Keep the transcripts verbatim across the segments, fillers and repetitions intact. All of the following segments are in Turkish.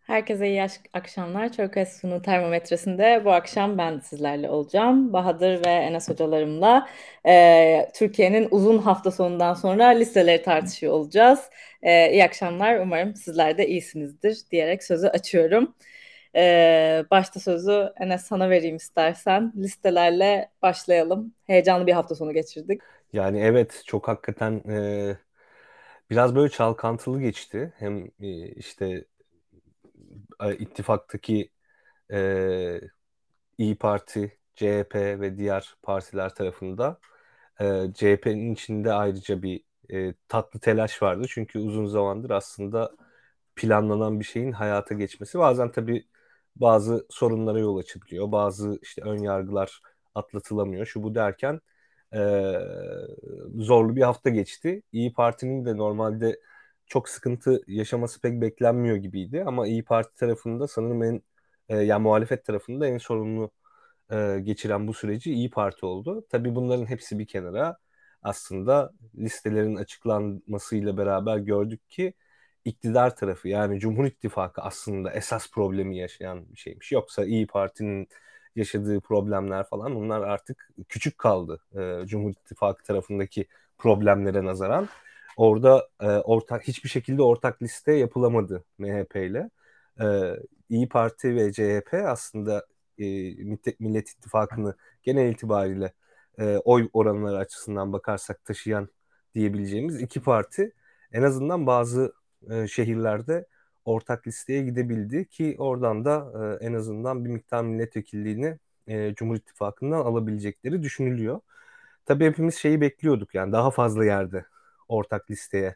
Herkese iyi aş- akşamlar. Çörekes Sunu Termometresi'nde bu akşam ben sizlerle olacağım. Bahadır ve Enes hocalarımla e, Türkiye'nin uzun hafta sonundan sonra listeleri tartışıyor olacağız. E, iyi akşamlar. Umarım sizler de iyisinizdir diyerek sözü açıyorum. E, başta sözü Enes sana vereyim istersen. Listelerle başlayalım. Heyecanlı bir hafta sonu geçirdik. Yani evet çok hakikaten e, biraz böyle çalkantılı geçti. Hem e, işte e, ittifaktaki e, İyi Parti, C H P ve diğer partiler tarafında e, C H P'nin içinde ayrıca bir e, tatlı telaş vardı. Çünkü uzun zamandır aslında planlanan bir şeyin hayata geçmesi bazen tabii bazı sorunlara yol açabiliyor. Bazı işte ön yargılar atlatılamıyor. Şu bu derken e, zorlu bir hafta geçti. İyi Parti'nin de normalde çok sıkıntı yaşaması pek beklenmiyor gibiydi. Ama İyi Parti tarafında sanırım en e, yani muhalefet tarafında en sorumlu e, geçiren bu süreci İyi Parti oldu. Tabii bunların hepsi bir kenara, aslında listelerin açıklanmasıyla beraber gördük ki iktidar tarafı yani Cumhur İttifakı aslında esas problemi yaşayan bir şeymiş. Yoksa İyi Parti'nin yaşadığı problemler falan bunlar artık küçük kaldı e, Cumhur İttifakı tarafındaki problemlere nazaran. Orada e, ortak hiçbir şekilde ortak liste yapılamadı M H P ile. E, İyi Parti ve C H P aslında e, Millet İttifakı'nı genel itibariyle e, oy oranları açısından bakarsak taşıyan diyebileceğimiz iki parti en azından bazı e, şehirlerde ortak listeye gidebildi ki oradan da e, en azından bir miktar milletvekilliğini e, Cumhur İttifakı'ndan alabilecekleri düşünülüyor. Tabii hepimiz şeyi bekliyorduk, yani daha fazla yerde ortak listeye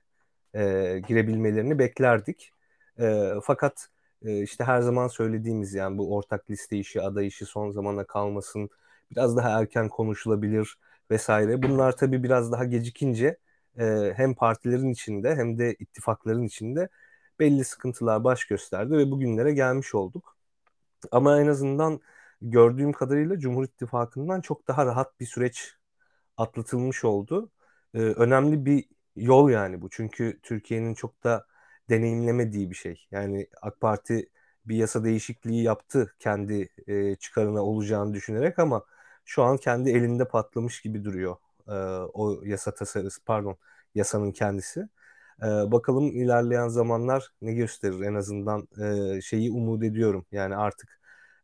e, girebilmelerini beklerdik. E, fakat e, işte her zaman söylediğimiz, yani bu ortak liste işi, aday işi son zamana kalmasın, biraz daha erken konuşulabilir vesaire. Bunlar tabii biraz daha gecikince e, hem partilerin içinde hem de ittifakların içinde belli sıkıntılar baş gösterdi ve bugünlere gelmiş olduk. Ama en azından gördüğüm kadarıyla Cumhur İttifakı'ndan çok daha rahat bir süreç atlatılmış oldu. Ee, önemli bir yol yani bu. Çünkü Türkiye'nin çok da deneyimlemediği bir şey. Yani AK Parti bir yasa değişikliği yaptı kendi e, çıkarına olacağını düşünerek ama şu an kendi elinde patlamış gibi duruyor. Ee, o yasa tasarısı, pardon, yasanın kendisi. Ee, bakalım ilerleyen zamanlar ne gösterir, en azından e, şeyi umut ediyorum. Yani artık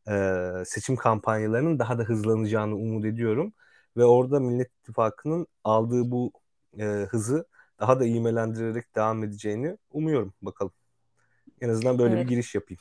e, seçim kampanyalarının daha da hızlanacağını umut ediyorum ve orada Millet İttifakı'nın aldığı bu e, hızı daha da ivmelendirerek devam edeceğini umuyorum. Bakalım. En azından böyle bir Evet. giriş yapayım.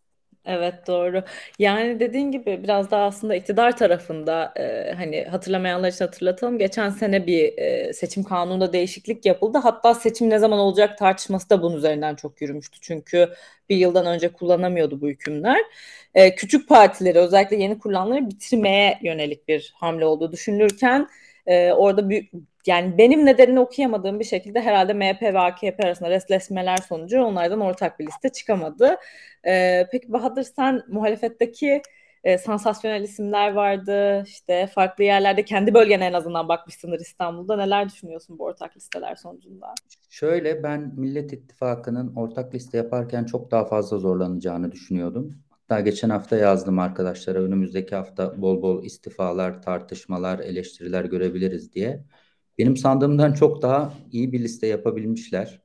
Evet, doğru. Yani dediğin gibi biraz daha aslında iktidar tarafında e, hani hatırlamayanlar için hatırlatalım. Geçen sene bir e, seçim kanununda değişiklik yapıldı. Hatta seçim ne zaman olacak tartışması da bunun üzerinden çok yürümüştü. Çünkü bir yıldan önce kullanamıyordu bu hükümler. E, küçük partileri, özellikle yeni kurulanları bitirmeye yönelik bir hamle olduğu düşünülürken e, orada büyük, yani benim nedenini okuyamadığım bir şekilde herhalde M H P ve A K P arasında resleşmeler sonucu onlardan ortak bir liste çıkamadı. Ee, peki Bahadır, sen muhalefetteki e, sansasyonel isimler vardı. İşte farklı yerlerde kendi bölgene en azından bakmışsındır, İstanbul'da. Neler düşünüyorsun bu ortak listeler sonucunda? Şöyle ben Millet İttifakı'nın ortak liste yaparken çok daha fazla zorlanacağını düşünüyordum. Hatta geçen hafta yazdım arkadaşlara, önümüzdeki hafta bol bol istifalar, tartışmalar, eleştiriler görebiliriz diye. Benim sandığımdan çok daha iyi bir liste yapabilmişler.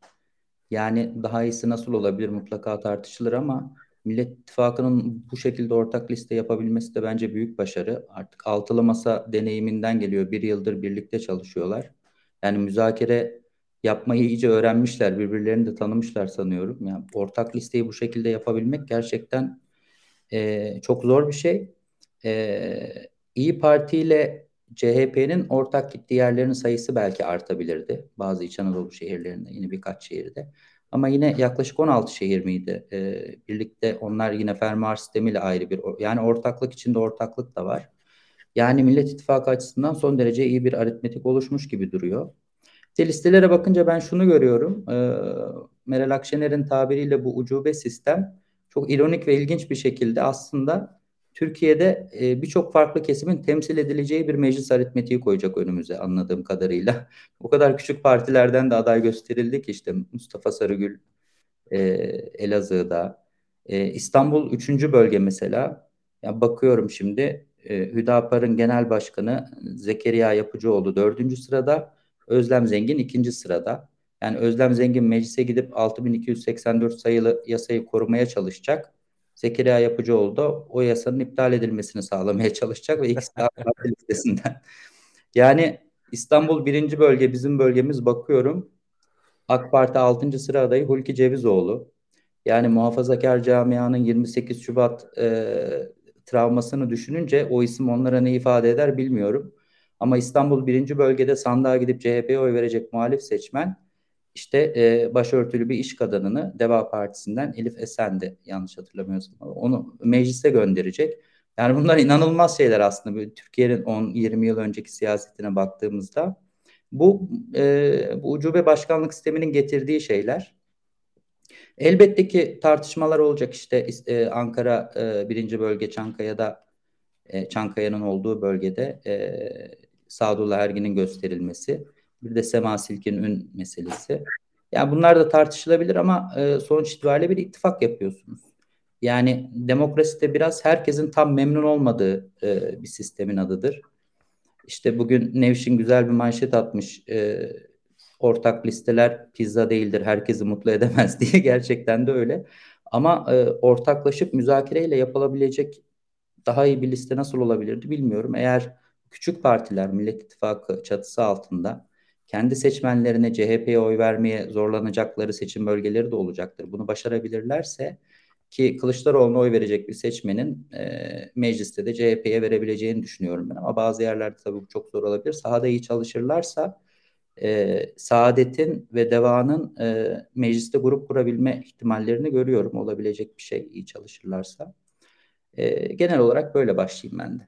Yani daha iyisi nasıl olabilir mutlaka tartışılır ama Millet İttifakı'nın bu şekilde ortak liste yapabilmesi de bence büyük başarı. Artık altılı masa deneyiminden geliyor. Bir yıldır birlikte çalışıyorlar. Yani müzakere yapmayı iyice öğrenmişler. Birbirlerini de tanımışlar sanıyorum. Yani ortak listeyi bu şekilde yapabilmek gerçekten e, çok zor bir şey. E, İyi Parti ile C H P'nin ortak gittiği yerlerin sayısı belki artabilirdi. Bazı İç Anadolu şehirlerinde, yine birkaç şehirde. Ama yine yaklaşık on altı şehir miydi? E, birlikte onlar yine fermuar sistemiyle ayrı bir, yani ortaklık içinde ortaklık da var. Yani Millet İttifakı açısından son derece iyi bir aritmetik oluşmuş gibi duruyor. İşte listelere bakınca ben şunu görüyorum. E, Meral Akşener'in tabiriyle bu ucube sistem çok ironik ve ilginç bir şekilde aslında Türkiye'de e, birçok farklı kesimin temsil edileceği bir meclis aritmetiği koyacak önümüze, anladığım kadarıyla. O kadar küçük partilerden de aday gösterildi ki, işte Mustafa Sarıgül e, Elazığ'da. E, İstanbul üçüncü bölge mesela. Ya bakıyorum şimdi, e, Hüdapar'ın genel başkanı Zekeriya Yapıcıoğlu dördüncü sırada, Özlem Zengin ikinci sırada. Yani Özlem Zengin meclise gidip altı bin iki yüz seksen dört sayılı yasayı korumaya çalışacak. Zekeriya Yapıcıoğlu da o yasanın iptal edilmesini sağlamaya çalışacak ve ikisi de AK Parti listesinden. Yani İstanbul birinci bölge bizim bölgemiz, bakıyorum. AK Parti altıncı sıra adayı Hulki Cevizoğlu. Yani muhafazakar camianın yirmi sekiz Şubat e, travmasını düşününce o isim onlara ne ifade eder bilmiyorum. Ama İstanbul birinci bölgede sandığa gidip C H P'ye oy verecek muhalif seçmen işte e, başörtülü bir iş kadınını Deva Partisi'nden Elif Esen'di yanlış hatırlamıyorsam. Onu meclise gönderecek. Yani bunlar inanılmaz şeyler aslında. Böyle Türkiye'nin on yirmi yıl önceki siyasetine baktığımızda. Bu, e, bu ucube başkanlık sisteminin getirdiği şeyler. Elbette ki tartışmalar olacak işte, e, Ankara e, birinci bölge Çankaya'da, e, Çankaya'nın olduğu bölgede e, Sadullah Ergin'in gösterilmesi. Bir de Sema Silkin'in meselesi. Yani bunlar da tartışılabilir ama e, sonuç itibariyle bir ittifak yapıyorsunuz. Yani demokrasi de biraz herkesin tam memnun olmadığı e, bir sistemin adıdır. İşte bugün Nevşin güzel bir manşet atmış. E, ortak listeler pizza değildir, herkesi mutlu edemez diye. Gerçekten de öyle. Ama e, ortaklaşıp müzakereyle yapılabilecek daha iyi bir liste nasıl olabilirdi bilmiyorum. Eğer küçük partiler Millet İttifakı çatısı altında kendi seçmenlerine C H P'ye oy vermeye zorlanacakları seçim bölgeleri de olacaktır. Bunu başarabilirlerse, ki Kılıçdaroğlu'na oy verecek bir seçmenin e, mecliste de C H P'ye verebileceğini düşünüyorum ben. Ama bazı yerlerde tabii bu çok zor olabilir. Sahada iyi çalışırlarsa e, Saadet'in ve Deva'nın e, mecliste grup kurabilme ihtimallerini görüyorum. Olabilecek bir şey, iyi çalışırlarsa. E, genel olarak böyle başlayayım ben de.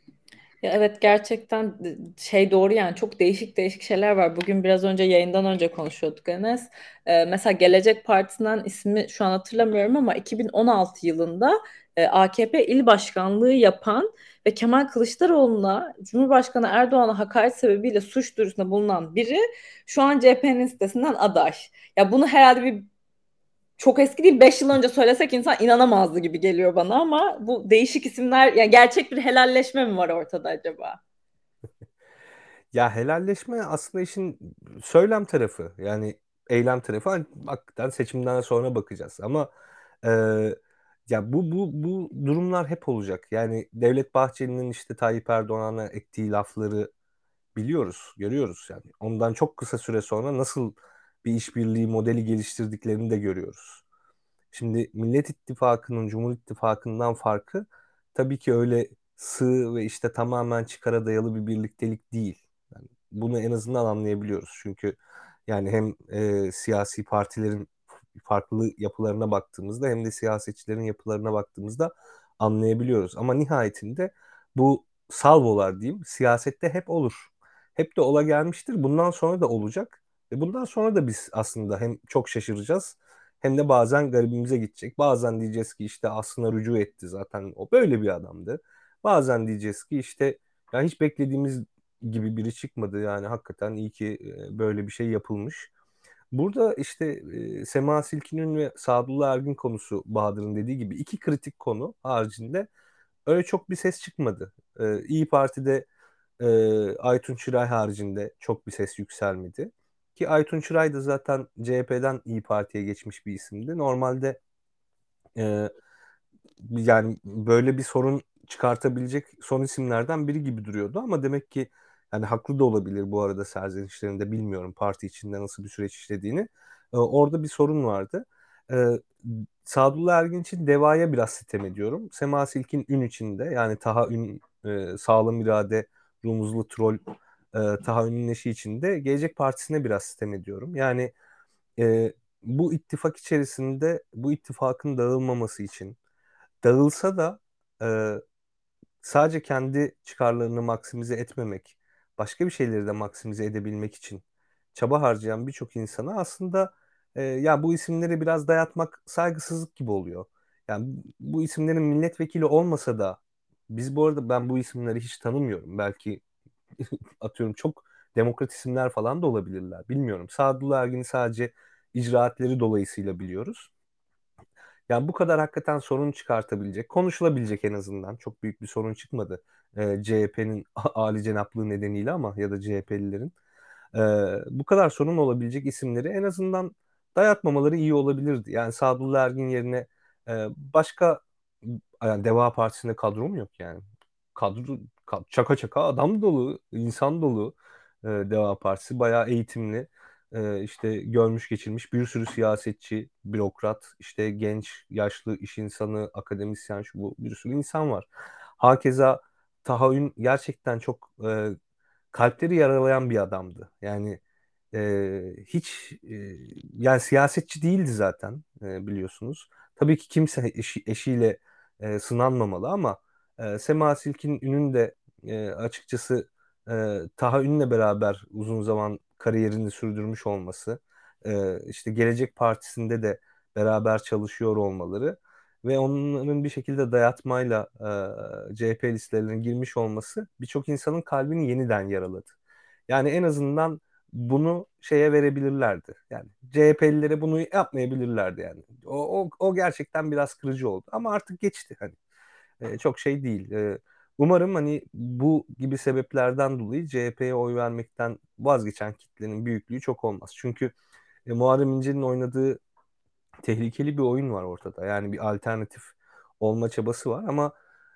Ya evet, gerçekten şey doğru, yani çok değişik değişik şeyler var. Bugün biraz önce yayından önce konuşuyorduk Enes. Ee, mesela Gelecek Partisi'nden, ismi şu an hatırlamıyorum ama iki bin on altı yılında e, A K P il başkanlığı yapan ve Kemal Kılıçdaroğlu'na, Cumhurbaşkanı Erdoğan'a hakaret sebebiyle suç duyurusunda bulunan biri şu an C H P'nin sitesinden aday. Ya bunu herhalde bir çok eski değil, beş yıl önce söylesek insan inanamazdı gibi geliyor bana, ama bu değişik isimler, yani gerçek bir helalleşme mi var ortada acaba? Ya helalleşme aslında işin söylem tarafı, yani eylem tarafı. Hani hakikaten seçimden sonra bakacağız ama e, ya bu bu bu durumlar hep olacak. Yani Devlet Bahçeli'nin işte Tayyip Erdoğan'a ettiği lafları biliyoruz, görüyoruz yani. Ondan çok kısa süre sonra nasıl bir işbirliği modeli geliştirdiklerini de görüyoruz. Şimdi Millet İttifakı'nın Cumhur İttifakı'ndan farkı tabii ki öyle sığ ve işte tamamen çıkara dayalı bir birliktelik değil. Yani bunu en azından anlayabiliyoruz. Çünkü yani hem e, siyasi partilerin farklı yapılarına baktığımızda hem de siyasetçilerin yapılarına baktığımızda anlayabiliyoruz. Ama nihayetinde bu salvolar diyeyim siyasette hep olur. Hep de ola gelmiştir. Bundan sonra da olacak. Ve bundan sonra da biz aslında hem çok şaşıracağız hem de bazen garibimize gidecek. Bazen diyeceğiz ki işte aslında rücu etti, zaten o böyle bir adamdı. Bazen diyeceğiz ki işte ya hiç beklediğimiz gibi biri çıkmadı. Yani hakikaten iyi ki e, böyle bir şey yapılmış. Burada işte e, Sema Silkin'in ve Sadullah Ergin konusu, Bahadır'ın dediği gibi iki kritik konu haricinde öyle çok bir ses çıkmadı. E, İyi Parti'de e, Aytun Çıray haricinde çok bir ses yükselmedi. Ki Aytun Çıray da zaten C H P'den İyi Parti'ye geçmiş bir isimdi. Normalde e, yani böyle bir sorun çıkartabilecek son isimlerden biri gibi duruyordu ama demek ki yani haklı da olabilir bu arada serzenişlerinde, bilmiyorum parti içinde nasıl bir süreç işlediğini. E, orada bir sorun vardı. E, Sadullah Ergin için Deva'ya biraz sitem ediyorum. Sema Silkin Ün içinde, yani Taha Ün, e, Sağlam İrade, Rumuzlu Troll, e, Taha Ün'ün eşi içinde Gelecek Partisi'ne biraz sitem ediyorum. Yani e, bu ittifak içerisinde bu ittifakın dağılmaması için, dağılsa da e, sadece kendi çıkarlarını maksimize etmemek, başka bir şeyleri de maksimize edebilmek için çaba harcayan birçok insana aslında e, ya bu isimleri biraz dayatmak saygısızlık gibi oluyor. Yani bu isimlerin milletvekili olmasa da, biz bu arada ben bu isimleri hiç tanımıyorum. Belki atıyorum çok demokrat isimler falan da olabilirler. Bilmiyorum. Sadullah Ergin'i sadece icraatleri dolayısıyla biliyoruz. Yani bu kadar hakikaten sorun çıkartabilecek, konuşulabilecek en azından. Çok büyük bir sorun çıkmadı. Ee, C H P'nin âli cenaplığı nedeniyle ama ya da C H P'lilerin. Ee, bu kadar sorun olabilecek isimleri en azından dayatmamaları iyi olabilirdi. Yani Sadullah Ergin yerine e, başka, yani Deva Partisi'nde kadro mu yok yani? Kadro ka- çaka çaka adam dolu, insan dolu. Ee, Deva Partisi bayağı eğitimli, e, işte görmüş geçirmiş bir sürü siyasetçi, bürokrat, işte genç, yaşlı, iş insanı, akademisyen, şu bu bir sürü insan var. Hakeza Tahayyün gerçekten çok e, kalpleri yaralayan bir adamdı. Yani e, hiç e, yani siyasetçi değildi zaten, e, biliyorsunuz. Tabii ki kimse eşi, eşiyle e, sınanmamalı ama e, Sema Silk'in Ün'ün de e, açıkçası e, Taha Ün'le beraber uzun zaman kariyerini sürdürmüş olması, e, işte Gelecek Partisi'nde de beraber çalışıyor olmaları ve onların bir şekilde dayatmayla e, C H P listelerine girmiş olması birçok insanın kalbini yeniden yaraladı. Yani en azından bunu şeye verebilirlerdi. Yani C H P'lilere bunu yapmayabilirlerdi yani. O, o, o gerçekten biraz kırıcı oldu. Ama artık geçti hani. E, çok şey değil. E, umarım hani bu gibi sebeplerden dolayı C H P'ye oy vermekten vazgeçen kitlenin büyüklüğü çok olmaz. Çünkü e, Muharrem İnce'nin oynadığı tehlikeli bir oyun var ortada. Yani bir alternatif olma çabası var ama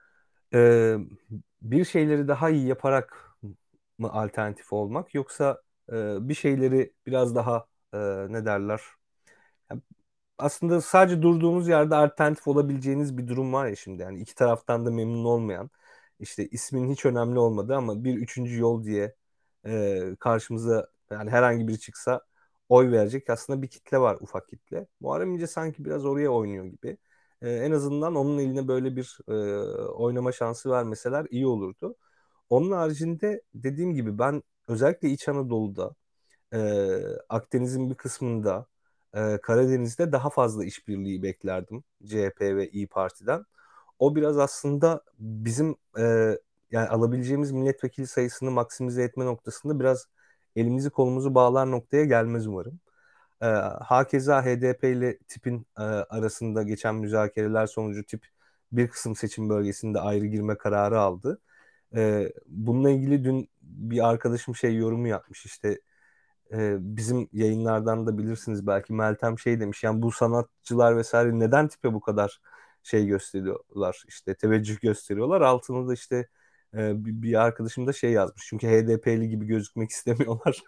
e, bir şeyleri daha iyi yaparak mı alternatif olmak, yoksa e, bir şeyleri biraz daha e, ne derler? Yani aslında sadece durduğunuz yerde alternatif olabileceğiniz bir durum var ya şimdi. Yani iki taraftan da memnun olmayan, işte ismin hiç önemli olmadı ama bir üçüncü yol diye e, karşımıza yani herhangi biri çıksa oy verecek aslında bir kitle var, ufak kitle. Muharrem İnce sanki biraz oraya oynuyor gibi. E, en azından onun eline böyle bir e, oynama şansı vermeseler iyi olurdu. Onun haricinde dediğim gibi ben özellikle İç Anadolu'da, e, Akdeniz'in bir kısmında, e, Karadeniz'de daha fazla işbirliği beklerdim C H P ve İyi Parti'den. O biraz aslında bizim e, yani alabileceğimiz milletvekili sayısını maksimize etme noktasında biraz elimizi kolumuzu bağlar noktaya gelmez umarım. E, hakeza H D P ile tipin e, arasında geçen müzakereler sonucu tip bir kısım seçim bölgesinde ayrı girme kararı aldı. E, bununla ilgili dün bir arkadaşım şey yorumu yapmış, işte e, bizim yayınlardan da bilirsiniz belki, Meltem şey demiş, yani bu sanatçılar vesaire neden tipe bu kadar şey gösteriyorlar, işte teveccüh gösteriyorlar. Altına da işte e, bir, bir arkadaşım da şey yazmış, çünkü H D P'li gibi gözükmek istemiyorlar.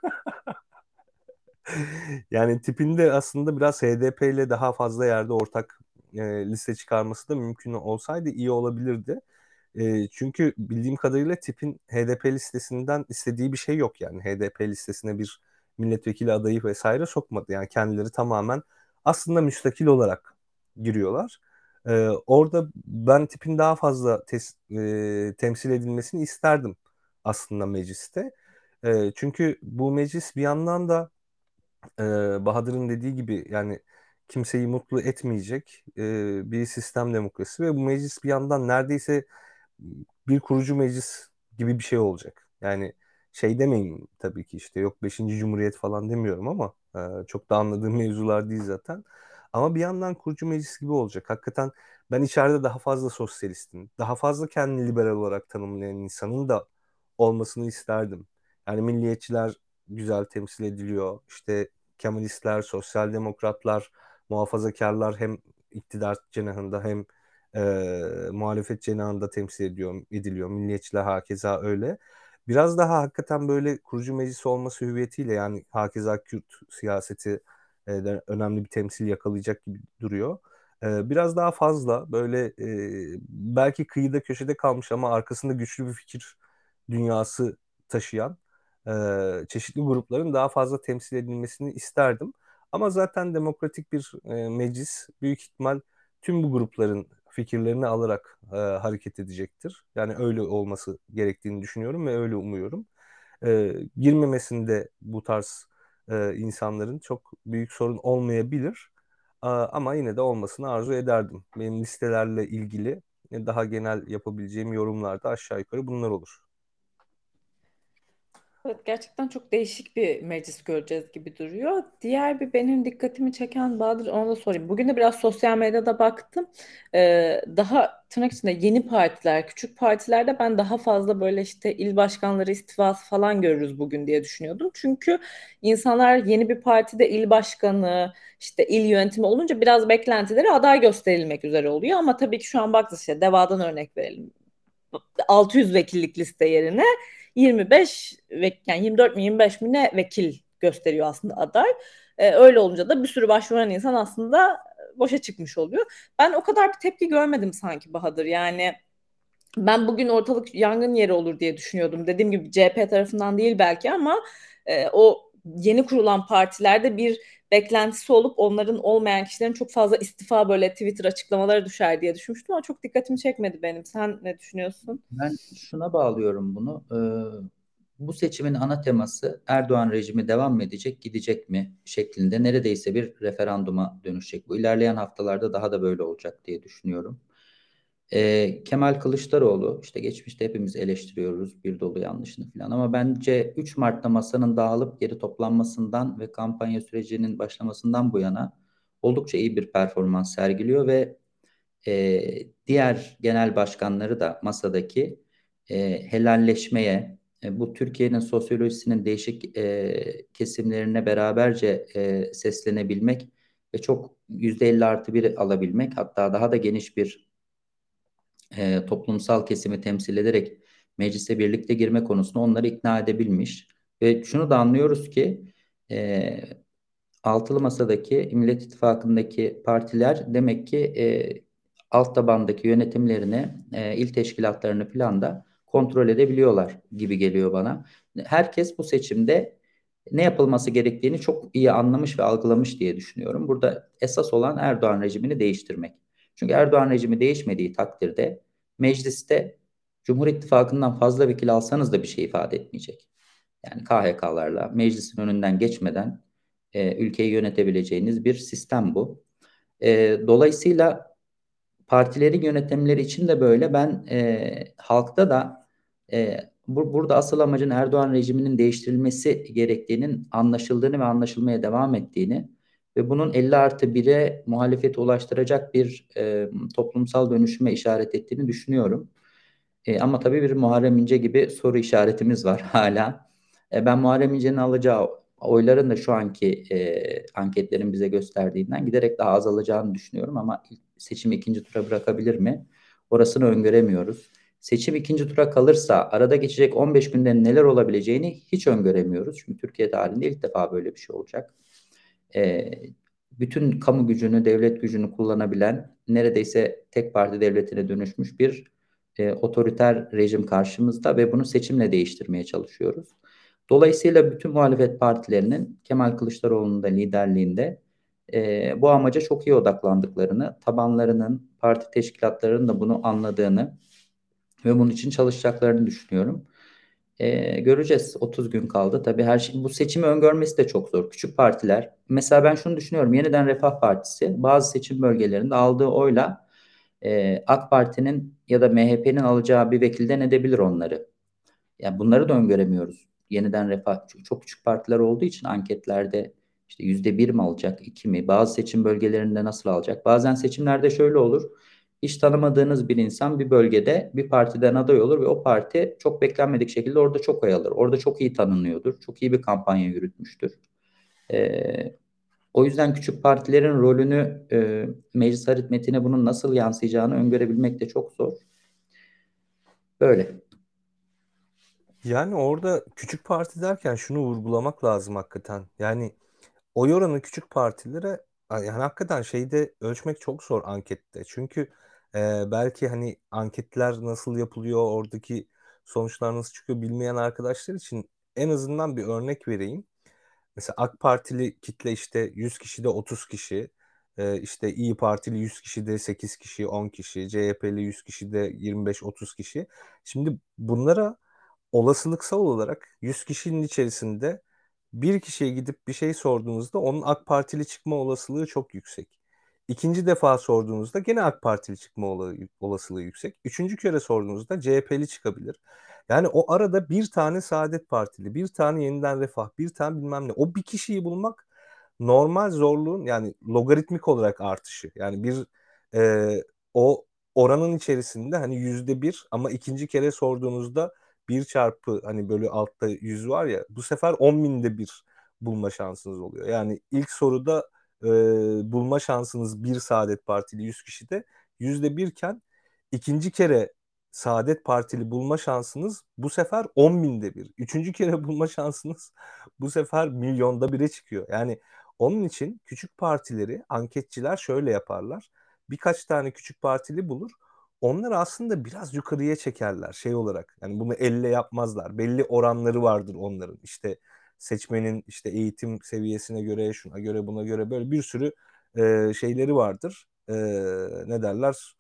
Yani tipinde aslında biraz H D P ile daha fazla yerde ortak e, liste çıkarması da mümkün olsaydı iyi olabilirdi. E, çünkü bildiğim kadarıyla tipin H D P listesinden istediği bir şey yok yani. H D P listesine bir milletvekili adayı vesaire sokmadı. Yani kendileri tamamen aslında müstakil olarak giriyorlar. E, orada ben tipin daha fazla tes- e, temsil edilmesini isterdim aslında mecliste. E, çünkü bu meclis bir yandan da e, Bahadır'ın dediği gibi yani kimseyi mutlu etmeyecek e, bir sistem demokrasi ve bu meclis bir yandan neredeyse bir kurucu meclis gibi bir şey olacak. Yani şey demeyin tabii ki, işte yok beşinci Cumhuriyet falan demiyorum ama e, çok da anladığım mevzular değil zaten. Ama bir yandan kurucu meclis gibi olacak. Hakikaten ben içeride daha fazla sosyalistin, daha fazla kendini liberal olarak tanımlayan insanın da olmasını isterdim. Yani milliyetçiler güzel temsil ediliyor. İşte Kemalistler, sosyal demokratlar, muhafazakarlar hem iktidar cenahında hem e, muhalefet cenahında temsil ediyor, ediliyor. Milliyetçiler hakeza öyle. Biraz daha hakikaten böyle kurucu meclis olması hüviyetiyle, yani hakeza Kürt siyaseti e, de önemli bir temsil yakalayacak gibi duruyor. E, biraz daha fazla böyle e, belki kıyıda köşede kalmış ama arkasında güçlü bir fikir dünyası taşıyan e, çeşitli grupların daha fazla temsil edilmesini isterdim. Ama zaten demokratik bir e, meclis büyük ihtimal tüm bu grupların fikirlerini alarak e, hareket edecektir. Yani öyle olması gerektiğini düşünüyorum ve öyle umuyorum. E, girmemesinde bu tarz e, insanların çok büyük sorun olmayabilir. A- ama yine de olmasını arzu ederdim. Benim listelerle ilgili daha genel yapabileceğim yorumlar da aşağı yukarı bunlar olur. Evet, gerçekten çok değişik bir meclis göreceğiz gibi duruyor. Diğer bir benim dikkatimi çeken Bahadır, onu da sorayım. Bugün de biraz sosyal medyada baktım. Ee, daha tırnak içinde yeni partiler, küçük partilerde ben daha fazla böyle işte il başkanları istifası falan görürüz bugün diye düşünüyordum. Çünkü insanlar yeni bir partide il başkanı, işte il yönetimi olunca biraz beklentileri aday gösterilmek üzere oluyor. Ama tabii ki şu an baktığınız işte Deva'dan örnek verelim, altı yüz vekillik liste yerine yirmi beş ve yani yirmi dört mi yirmi beş mi ne vekil gösteriyor aslında aday. Ee, öyle olunca da bir sürü başvuran insan aslında boşa çıkmış oluyor. Ben o kadar bir tepki görmedim sanki Bahadır. Yani ben bugün ortalık yangın yeri olur diye düşünüyordum. Dediğim gibi C H P tarafından değil belki ama e, o yeni kurulan partilerde bir beklentisi olup onların olmayan kişilerin çok fazla istifa böyle Twitter açıklamaları düşer diye düşünmüştüm ama çok dikkatimi çekmedi benim. Sen ne düşünüyorsun? Ben şuna bağlıyorum bunu. Ee, bu seçimin ana teması Erdoğan rejimi devam mı edecek, gidecek mi şeklinde neredeyse bir referanduma dönüşecek. Bu ilerleyen haftalarda daha da böyle olacak diye düşünüyorum. Ee, Kemal Kılıçdaroğlu işte geçmişte hepimiz eleştiriyoruz bir dolu yanlışını falan ama bence üç Mart'ta masanın dağılıp geri toplanmasından ve kampanya sürecinin başlamasından bu yana oldukça iyi bir performans sergiliyor ve e, diğer genel başkanları da masadaki e, helalleşmeye, e, bu Türkiye'nin sosyolojisinin değişik e, kesimlerine beraberce e, seslenebilmek ve çok yüzde elli artı bir alabilmek, hatta daha da geniş bir e, toplumsal kesimi temsil ederek meclise birlikte girme konusunda onları ikna edebilmiş. Ve şunu da anlıyoruz ki e, Altılı Masa'daki Millet İttifakı'ndaki partiler demek ki e, alt tabandaki yönetimlerini, e, il teşkilatlarını falan da kontrol edebiliyorlar gibi geliyor bana. Herkes bu seçimde ne yapılması gerektiğini çok iyi anlamış ve algılamış diye düşünüyorum. Burada esas olan Erdoğan rejimini değiştirmek. Çünkü Erdoğan rejimi değişmediği takdirde mecliste Cumhur İttifakı'ndan fazla vekil alsanız da bir şey ifade etmeyecek. Yani K H K'larla meclisin önünden geçmeden e, ülkeyi yönetebileceğiniz bir sistem bu. E, dolayısıyla partilerin yönetimleri için de böyle. Ben e, halkta da e, bu, burada asıl amacın Erdoğan rejiminin değiştirilmesi gerektiğinin anlaşıldığını ve anlaşılmaya devam ettiğini ve bunun elli artı bire muhalefeti ulaştıracak bir e, toplumsal dönüşüme işaret ettiğini düşünüyorum. E, ama tabii bir Muharrem İnce gibi soru işaretimiz var hala. E, ben Muharrem İnce'nin alacağı oyların da şu anki e, anketlerin bize gösterdiğinden giderek daha azalacağını düşünüyorum. Ama seçimi ikinci tura bırakabilir mi? Orasını öngöremiyoruz. Seçim ikinci tura kalırsa arada geçecek on beş günde neler olabileceğini hiç öngöremiyoruz. Çünkü Türkiye tarihinde ilk defa böyle bir şey olacak. E, bütün kamu gücünü, devlet gücünü kullanabilen neredeyse tek parti devletine dönüşmüş bir e, otoriter rejim karşımızda ve bunu seçimle değiştirmeye çalışıyoruz. Dolayısıyla bütün muhalefet partilerinin Kemal Kılıçdaroğlu'nun da liderliğinde e, bu amaca çok iyi odaklandıklarını, tabanlarının, parti teşkilatlarının da bunu anladığını ve bunun için çalışacaklarını düşünüyorum. Ee, göreceğiz. otuz gün kaldı. Tabii her şey, bu seçimi öngörmesi de çok zor. Küçük partiler. Mesela ben şunu düşünüyorum. Yeniden Refah Partisi bazı seçim bölgelerinde aldığı oyla e, AK Parti'nin ya da M H P'nin alacağı bir vekilden edebilir onları. Yani bunları da öngöremiyoruz. Yeniden Refah çok, çok küçük partiler olduğu için anketlerde işte yüzde bir mi alacak, iki mi? Bazı seçim bölgelerinde nasıl alacak? Bazen seçimlerde şöyle olur. Hiç tanımadığınız bir insan bir bölgede bir partiden aday olur ve o parti çok beklenmedik şekilde orada çok oy alır. Orada çok iyi tanınıyordur. Çok iyi bir kampanya yürütmüştür. Ee, o yüzden küçük partilerin rolünü e, meclis aritmetiğine bunun nasıl yansıyacağını öngörebilmek de çok zor. Böyle. Yani orada küçük parti derken şunu vurgulamak lazım hakikaten. Yani oy oranı küçük partilere yani hakikaten şeyde ölçmek çok zor ankette. Çünkü e, belki hani anketler nasıl yapılıyor, oradaki sonuçlar nasıl çıkıyor bilmeyen arkadaşlar için en azından bir örnek vereyim. Mesela AK Partili kitle işte yüz kişide otuz kişi, e, işte İyi Partili yüz kişide sekiz kişi, on kişi, C H P'li yüz kişide yirmi beş otuz kişi. Şimdi bunlara olasılıksal olarak yüz kişinin içerisinde bir kişiye gidip bir şey sorduğunuzda onun AK Partili çıkma olasılığı çok yüksek. İkinci defa sorduğunuzda gene AK Partili çıkma olasılığı yüksek. Üçüncü kere sorduğunuzda C H P'li çıkabilir. Yani o arada bir tane Saadet Partili, bir tane Yeniden Refah, bir tane bilmem ne. O bir kişiyi bulmak normal zorluğun, yani logaritmik olarak artışı. Yani bir e, o oranın içerisinde hani yüzde bir, ama ikinci kere sorduğunuzda bir çarpı hani bölü altta yüz var ya, bu sefer on binde bir bulma şansınız oluyor. Yani ilk soruda e, bulma şansınız bir Saadet Partili yüz kişide yüzde birken, ikinci kere Saadet Partili bulma şansınız bu sefer on binde bir. Üçüncü kere bulma şansınız bu sefer milyonda bire çıkıyor. Yani onun için küçük partileri anketçiler şöyle yaparlar. Birkaç tane küçük partili bulur. Onları aslında biraz yukarıya çekerler şey olarak. Yani bunu elle yapmazlar. Belli oranları vardır onların. İşte seçmenin işte eğitim seviyesine göre, şuna göre, buna göre böyle bir sürü e, şeyleri vardır. E, ne derler?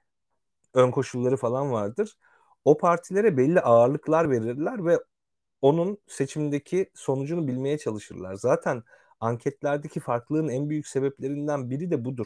Ön koşulları falan vardır. O partilere belli ağırlıklar verirler ve onun seçimdeki sonucunu bilmeye çalışırlar. Zaten anketlerdeki farklılığın en büyük sebeplerinden biri de budur.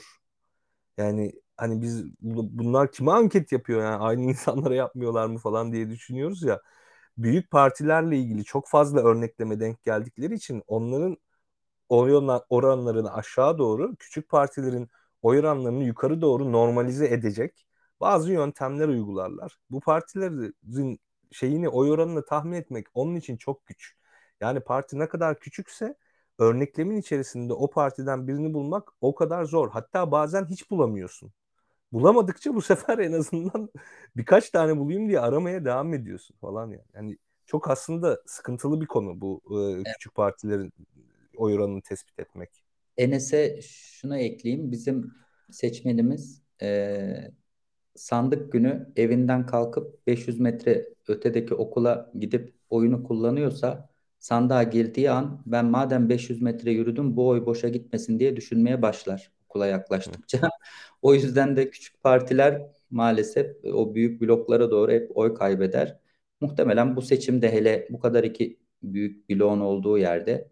Yani hani biz bunlar kime anket yapıyor, yani aynı insanlara yapmıyorlar mı falan diye düşünüyoruz ya. Büyük partilerle ilgili çok fazla örnekleme denk geldikleri için onların oy oranlarını aşağı doğru, küçük partilerin oy oranlarını yukarı doğru normalize edecek bazı yöntemler uygularlar. Bu partilerin şeyini, oy oranını tahmin etmek onun için çok güç. Yani parti ne kadar küçükse örneklemin içerisinde o partiden birini bulmak o kadar zor. Hatta bazen hiç bulamıyorsun. Bulamadıkça bu sefer en azından birkaç tane bulayım diye aramaya devam ediyorsun falan yani. Yani çok aslında sıkıntılı bir konu bu e, küçük partilerin oy oranını tespit etmek. Enes'e şunu ekleyeyim. Bizim seçmenimiz e, sandık günü evinden kalkıp beş yüz metre ötedeki okula gidip oyunu kullanıyorsa, sandığa girdiği an ben madem beş yüz metre yürüdüm bu oy boşa gitmesin diye düşünmeye başlar okula Hı. yaklaştıkça. O yüzden de küçük partiler maalesef o büyük bloklara doğru hep oy kaybeder. Muhtemelen bu seçimde, hele bu kadar iki büyük bloğun olduğu yerde,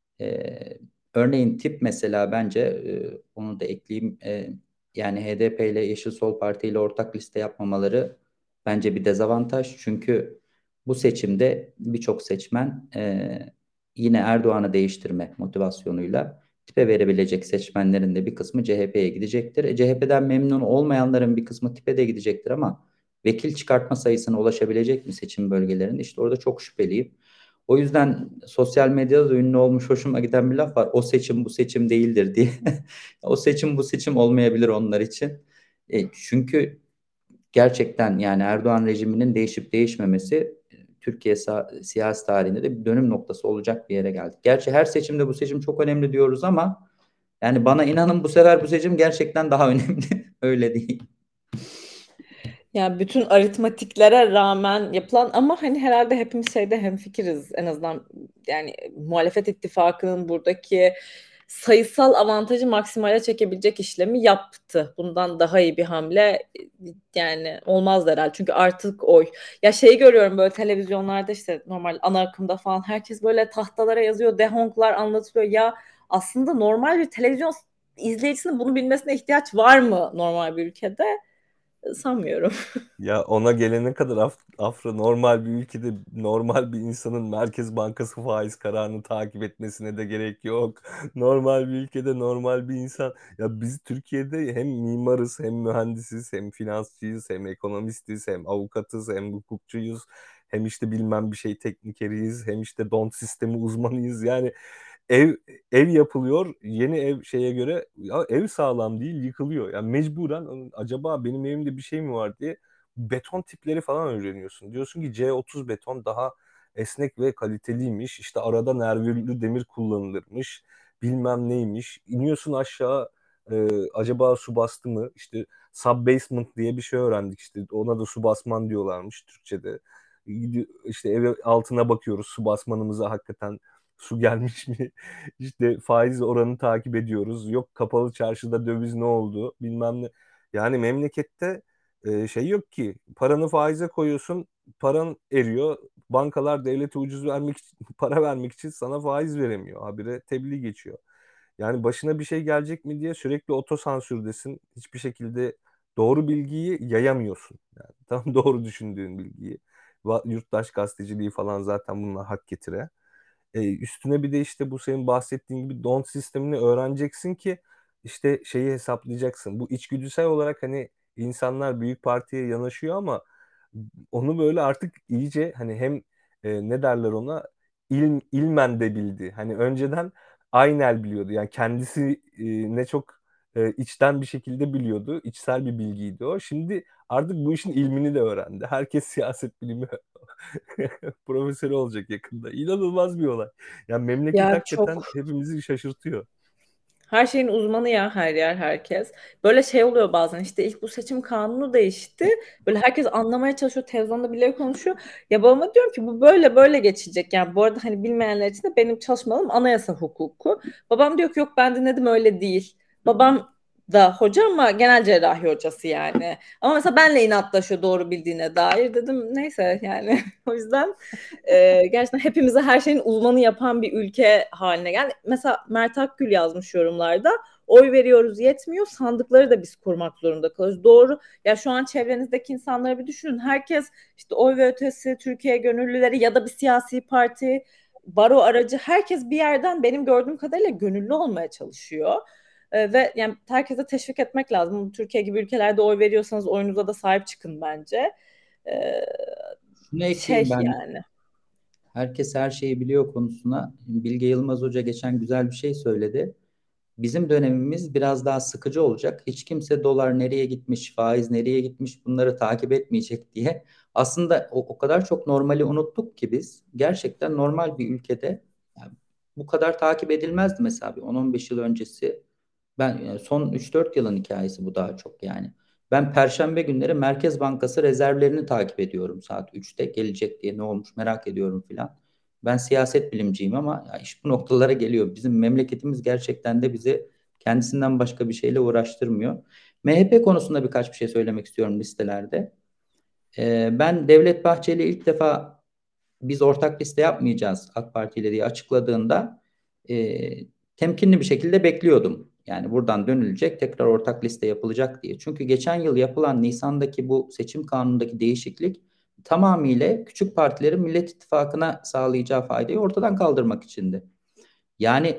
ee, örneğin tip mesela bence, e, onu da ekleyeyim, e, yani H D P ile Yeşil Sol Parti ile ortak liste yapmamaları bence bir dezavantaj. Çünkü bu seçimde birçok seçmen e, yine Erdoğan'ı değiştirme motivasyonuyla tipe verebilecek seçmenlerin de bir kısmı C H P'ye gidecektir. E, C H P'den memnun olmayanların bir kısmı tipe de gidecektir ama vekil çıkartma sayısına ulaşabilecek mi seçim bölgelerinde? İşte orada çok şüpheliyim. O yüzden sosyal medyada da ünlü olmuş, hoşuma giden bir laf var. O seçim bu seçim değildir diye. O seçim bu seçim olmayabilir onlar için. E, çünkü gerçekten yani Erdoğan rejiminin değişip değişmemesi e, Türkiye sa- siyasi tarihinde de bir dönüm noktası olacak bir yere geldik. Gerçi her seçimde bu seçim çok önemli diyoruz ama yani bana inanın bu sefer bu seçim gerçekten daha önemli. Öyle değil. Yani bütün aritmatiklere rağmen yapılan, ama hani herhalde hepimiz şeyde hemfikiriz en azından, yani muhalefet ittifakının buradaki sayısal avantajı maksimale çekebilecek işlemi yaptı. Bundan daha iyi bir hamle yani olmaz herhalde. Çünkü artık oy. Ya şeyi görüyorum böyle televizyonlarda, işte normal ana akımda falan herkes böyle tahtalara yazıyor, dehonklar anlatılıyor. Ya aslında normal bir televizyon izleyicisinin bunu bilmesine ihtiyaç var mı normal bir ülkede? Sanmıyorum. Ya ona gelene kadar Af Afra, normal bir ülkede normal bir insanın Merkez Bankası faiz kararını takip etmesine de gerek yok. Normal bir ülkede normal bir insan. Ya biz Türkiye'de hem mimarız, hem mühendisiz, hem finansçıyız, hem ekonomistiz, hem avukatız, hem hukukçuyuz. Hem işte bilmem bir şey teknikeriyiz, hem işte don sistemi uzmanıyız. Yani ev ev yapılıyor, yeni ev şeye göre ya ev sağlam değil, yıkılıyor. Yani mecburen acaba benim evimde bir şey mi var diye beton tipleri falan öğreniyorsun. Diyorsun ki C otuz beton daha esnek ve kaliteliymiş. İşte arada nervürlü demir kullanılırmış. Bilmem neymiş. İniyorsun aşağı, e, acaba su bastı mı? İşte subbasement diye bir şey öğrendik işte. Ona da su basman diyorlarmış Türkçe'de. Gidi- İşte eve altına bakıyoruz, su basmanımıza hakikaten su gelmiş mi? İşte faiz oranını takip ediyoruz. Yok kapalı çarşıda döviz ne oldu? Bilmem ne. Yani memlekette e, şey yok ki. Paranı faize koyuyorsun, paran eriyor. Bankalar devlete ucuz vermek için, para vermek için sana faiz veremiyor. Habire tebliğ geçiyor. Yani başına bir şey gelecek mi diye sürekli otosansürdesin. Hiçbir şekilde doğru bilgiyi yayamıyorsun. Yani tam doğru düşündüğün bilgiyi. Va- Yurttaş gazeteciliği falan zaten bunlar hak getire. E, üstüne bir de işte bu senin bahsettiğin gibi don't sistemini öğreneceksin ki işte şeyi hesaplayacaksın. Bu içgüdüsel olarak hani insanlar büyük partiye yanaşıyor ama onu böyle artık iyice hani hem e, ne derler ona il, ilmen de bildi. Hani önceden aynel biliyordu. Yani kendisi e, ne çok e, içten bir şekilde biliyordu. İçsel bir bilgiydi o. Şimdi artık bu işin ilmini de öğrendi. Herkes siyaset bilimi profesörü olacak yakında. İnanılmaz bir olay. Yani memleket Ya hakikaten çok hepimizi şaşırtıyor. her şeyin uzmanı ya, her yer herkes. Böyle şey oluyor bazen, işte ilk bu seçim kanunu değişti. Böyle herkes anlamaya çalışıyor, televizyonda bile konuşuyor. Ya babama diyorum ki bu böyle böyle geçecek. Yani bu arada hani bilmeyenler için de benim çalışma alanım anayasa hukuku. Babam diyor ki yok ben dinledim öyle değil. Babam da hoca ama genel cerrahi hocası yani. Ama mesela benle inatlaşıyor doğru bildiğine dair. Dedim neyse yani o yüzden e, gerçekten hepimize her şeyin uzmanı yapan bir ülke haline geldi. Mesela Mert Akgül yazmış yorumlarda. Oy veriyoruz yetmiyor, sandıkları da biz kurmak zorunda kalıyoruz. Doğru. Ya şu an çevrenizdeki insanları bir düşünün. Herkes işte oy ve ötesi, Türkiye gönüllüleri ya da bir siyasi parti, baro aracı, herkes bir yerden benim gördüğüm kadarıyla gönüllü olmaya çalışıyor. Ee, ve yani herkese teşvik etmek lazım. Türkiye gibi ülkelerde oy veriyorsanız oyunuza da sahip çıkın bence. Ee, Şunu şey ekleyeyim ben. yani. Herkes her şeyi biliyor konusuna. Bilge Yılmaz Hoca geçen güzel bir şey söyledi. Bizim dönemimiz biraz daha sıkıcı olacak. Hiç kimse dolar nereye gitmiş, faiz nereye gitmiş bunları takip etmeyecek diye. Aslında o, o kadar çok normali unuttuk ki biz. Gerçekten normal bir ülkede yani bu kadar takip edilmezdi mesela bir on on beş yıl öncesi. Ben yani son üç dört yılın hikayesi bu daha çok yani. Ben Perşembe günleri Merkez Bankası rezervlerini takip ediyorum saat üçte gelecek diye ne olmuş merak ediyorum filan. Ben siyaset bilimciyim ama ya iş bu noktalara geliyor. Bizim memleketimiz gerçekten de bizi kendisinden başka bir şeyle uğraştırmıyor. M H P konusunda birkaç bir şey söylemek istiyorum listelerde. Ee, ben Devlet Bahçeli ilk defa biz ortak liste yapmayacağız AK Parti ile diye açıkladığında e, temkinli bir şekilde bekliyordum. Yani buradan dönülecek tekrar ortak liste yapılacak diye. Çünkü geçen yıl yapılan Nisan'daki bu seçim kanunundaki değişiklik tamamıyla küçük partilerin Millet İttifakı'na sağlayacağı faydayı ortadan kaldırmak içindi. Yani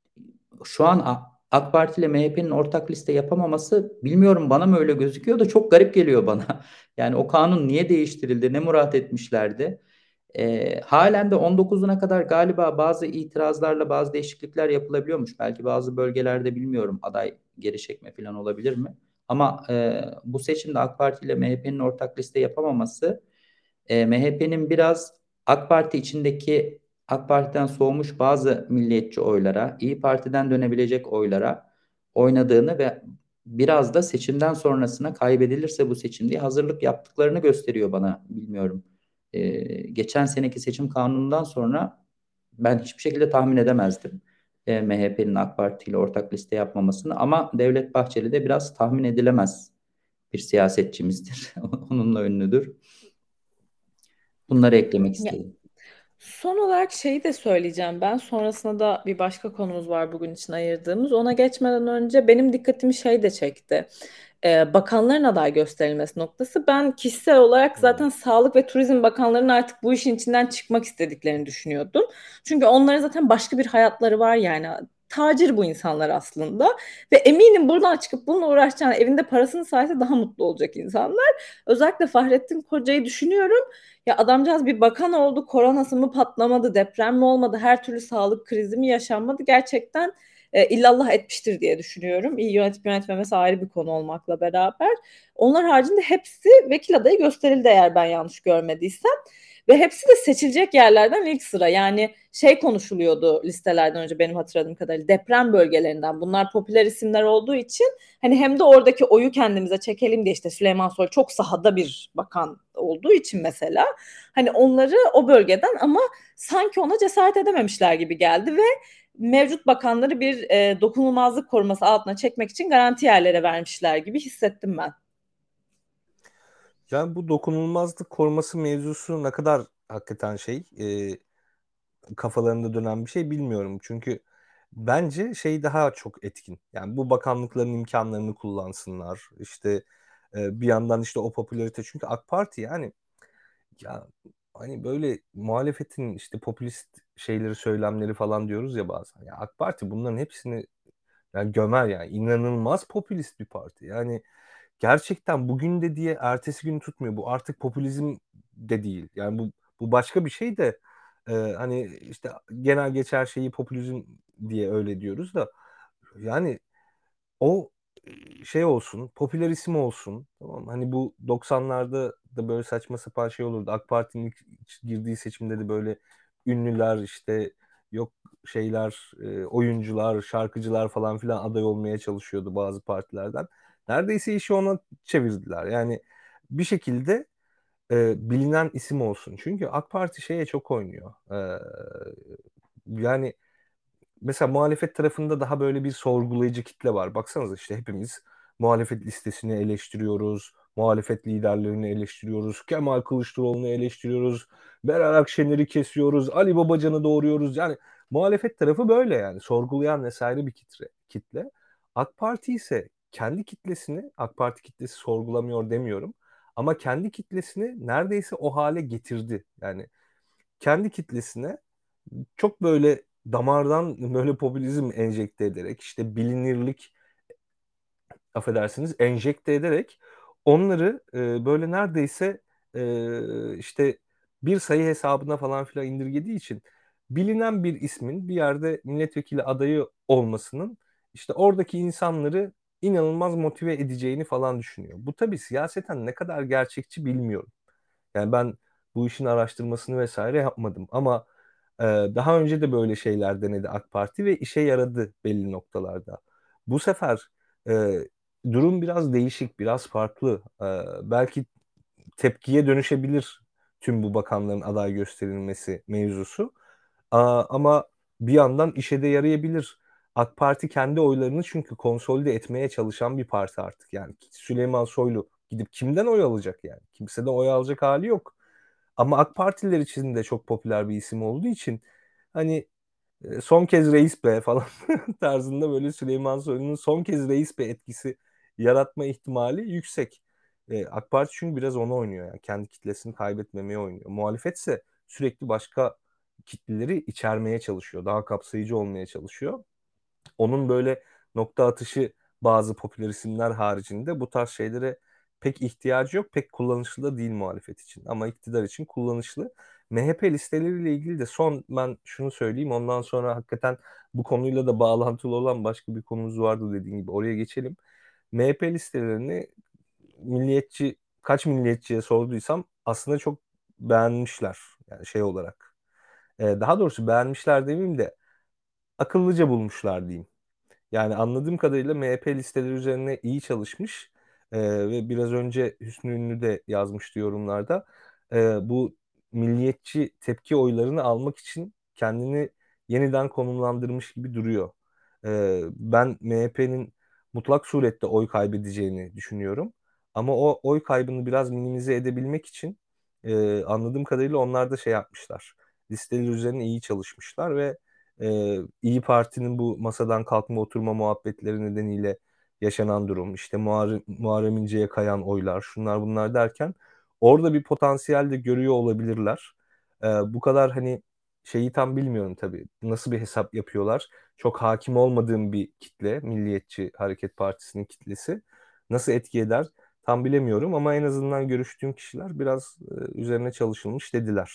şu an A- AK Parti ile M H P'nin ortak liste yapamaması bilmiyorum bana mı öyle gözüküyor da çok garip geliyor bana. Yani o kanun niye değiştirildi, ne murat etmişlerdi? Ee, halen de on dokuzuna kadar galiba bazı itirazlarla bazı değişiklikler yapılabiliyormuş. Belki bazı bölgelerde bilmiyorum aday geri çekme falan olabilir mi? Ama e, bu seçimde AK Parti ile M H P'nin ortak liste yapamaması e, M H P'nin biraz AK Parti içindeki AK Parti'den soğumuş bazı milliyetçi oylara, İyi Parti'den dönebilecek oylara oynadığını ve biraz da seçimden sonrasına kaybedilirse bu seçim diye hazırlık yaptıklarını gösteriyor bana. Bilmiyorum. E, geçen seneki seçim kanunundan sonra ben hiçbir şekilde tahmin edemezdim. E, M H P'nin AK Parti ile ortak liste yapmamasını ama Devlet Bahçeli de biraz tahmin edilemez bir siyasetçimizdir. Onunla ünlüdür. Bunları eklemek Ya, istedim. son olarak şeyi de söyleyeceğim ben. Sonrasında da bir başka konumuz var bugün için ayırdığımız. Ona geçmeden önce benim dikkatimi şey de çekti. Ee, bakanların aday gösterilmesi noktası. Ben kişisel olarak Hmm. zaten Sağlık ve Turizm Bakanlarının artık bu işin içinden çıkmak istediklerini düşünüyordum. Çünkü onların zaten başka bir hayatları var yani. Tacir bu insanlar aslında. Ve eminim buradan çıkıp bununla uğraşacağına evinde parasını saysa daha mutlu olacak insanlar. Özellikle Fahrettin Koca'yı düşünüyorum. Ya adamcağız bir bakan oldu, koronası mı patlamadı, deprem mi olmadı, her türlü sağlık krizi mi yaşanmadı? Gerçekten e, illallah etmiştir diye düşünüyorum. İyi yönetip yönetmemesi ayrı bir konu olmakla beraber. Onlar haricinde hepsi vekil adayı gösterildi eğer ben yanlış görmediysem. Ve hepsi de seçilecek yerlerden ilk sıra. Yani şey konuşuluyordu listelerden önce benim hatırladığım kadarıyla deprem bölgelerinden. Bunlar popüler isimler olduğu için hani hem de oradaki oyu kendimize çekelim diye işte Süleyman Soylu çok sahada bir bakan olduğu için mesela hani onları o bölgeden ama sanki ona cesaret edememişler gibi geldi ve mevcut bakanları bir e, dokunulmazlık koruması altına çekmek için garanti yerlere vermişler gibi hissettim ben. Yani bu dokunulmazlık koruması mevzusu ne kadar hakikaten şey e, kafalarında dönen bir şey bilmiyorum. Çünkü bence şey daha çok etkin. Yani bu bakanlıkların imkanlarını kullansınlar. İşte e, bir yandan işte o popülarite, çünkü AK Parti yani, ya hani böyle muhalefetin işte popülist şeyleri, söylemleri falan diyoruz ya bazen. Ya AK Parti bunların hepsini yani gömer yani. İnanılmaz popülist bir parti. Yani gerçekten bugün de diye ertesi gün tutmuyor. Bu artık popülizm de değil. Yani bu bu başka bir şey de e, hani işte genel geçer şeyi popülizm diye öyle diyoruz da, yani o şey olsun, popüler isim olsun. Tamam mı? Hani bu doksanlarda da böyle saçma sapan şey olurdu. AK Parti'nin ilk girdiği seçimde de böyle ünlüler işte, yok şeyler, e, oyuncular, şarkıcılar falan filan aday olmaya çalışıyordu bazı partilerden. Neredeyse işi ona çevirdiler. Yani bir şekilde e, bilinen isim olsun. Çünkü AK Parti şeye çok oynuyor. E, yani mesela muhalefet tarafında daha böyle bir sorgulayıcı kitle var. Baksanıza işte hepimiz muhalefet listesini eleştiriyoruz. Muhalefet liderlerini eleştiriyoruz. Kemal Kılıçdaroğlu'nu eleştiriyoruz. Meral Akşener'i kesiyoruz. Ali Babacan'ı doğruyoruz. Yani muhalefet tarafı böyle yani. Sorgulayan vesaire bir kitle. kitle. AK Parti ise kendi kitlesini, AK Parti kitlesi sorgulamıyor demiyorum, ama kendi kitlesini neredeyse o hale getirdi. Yani kendi kitlesine çok böyle damardan böyle popülizm enjekte ederek, işte bilinirlik, affedersiniz, enjekte ederek onları e, böyle neredeyse e, işte bir sayı hesabına falan filan indirgediği için, bilinen bir ismin bir yerde milletvekili adayı olmasının işte oradaki insanları inanılmaz motive edeceğini falan düşünüyor. Bu tabii siyaseten ne kadar gerçekçi bilmiyorum. Yani ben bu işin araştırmasını vesaire yapmadım, ama e, daha önce de böyle şeyler denedi AK Parti ve işe yaradı belli noktalarda. Bu sefer e, durum biraz değişik, biraz farklı. E, belki tepkiye dönüşebilir tüm bu bakanların aday gösterilmesi mevzusu. Aa, ama bir yandan işe de yarayabilir. AK Parti kendi oylarını çünkü konsolide etmeye çalışan bir parti artık. Yani Süleyman Soylu gidip kimden oy alacak yani? Kimseden oy alacak hali yok. Ama AK Partililer için de çok popüler bir isim olduğu için hani e, son kez reis be falan tarzında, böyle Süleyman Soylu'nun son kez reis be etkisi yaratma ihtimali yüksek. E, AK Parti çünkü biraz onu oynuyor yani. Kendi kitlesini kaybetmemeye oynuyor. Muhalefetse sürekli başka kitleleri içermeye çalışıyor. Daha kapsayıcı olmaya çalışıyor. Onun böyle nokta atışı bazı popüler isimler haricinde bu tarz şeylere pek ihtiyacı yok. Pek kullanışlı da değil muhalefet için. Ama iktidar için kullanışlı. M H P listeleriyle ilgili de son ben şunu söyleyeyim. Ondan sonra hakikaten bu konuyla da bağlantılı olan başka bir konumuz vardı dediğim gibi. Oraya geçelim. M H P listelerini milliyetçi, kaç milliyetçiye sorduysam aslında çok beğenmişler. Yani şey olarak. Ee, daha doğrusu beğenmişler demeyeyim de akıllıca bulmuşlar diyeyim. Yani anladığım kadarıyla M H P listeleri üzerine iyi çalışmış. Ee, ve biraz önce Hüsnü Ünlü de yazmıştı yorumlarda. Ee, bu milliyetçi tepki oylarını almak için kendini yeniden konumlandırmış gibi duruyor. Ee, ben M H P'nin mutlak surette oy kaybedeceğini düşünüyorum. Ama o oy kaybını biraz minimize edebilmek için e, anladığım kadarıyla onlar da şey yapmışlar. Listeler üzerine iyi çalışmışlar ve ee, İyi Parti'nin bu masadan kalkma oturma muhabbetleri nedeniyle yaşanan durum, işte Muharrem, Muharrem İnce'ye kayan oylar, şunlar bunlar derken orada bir potansiyel de görüyor olabilirler. Ee, bu kadar hani şeyi tam bilmiyorum tabii. Nasıl bir hesap yapıyorlar? Çok hakim olmadığım bir kitle, Milliyetçi Hareket Partisi'nin kitlesi. Nasıl etki eder? Tam bilemiyorum, ama en azından görüştüğüm kişiler biraz e, üzerine çalışılmış dediler.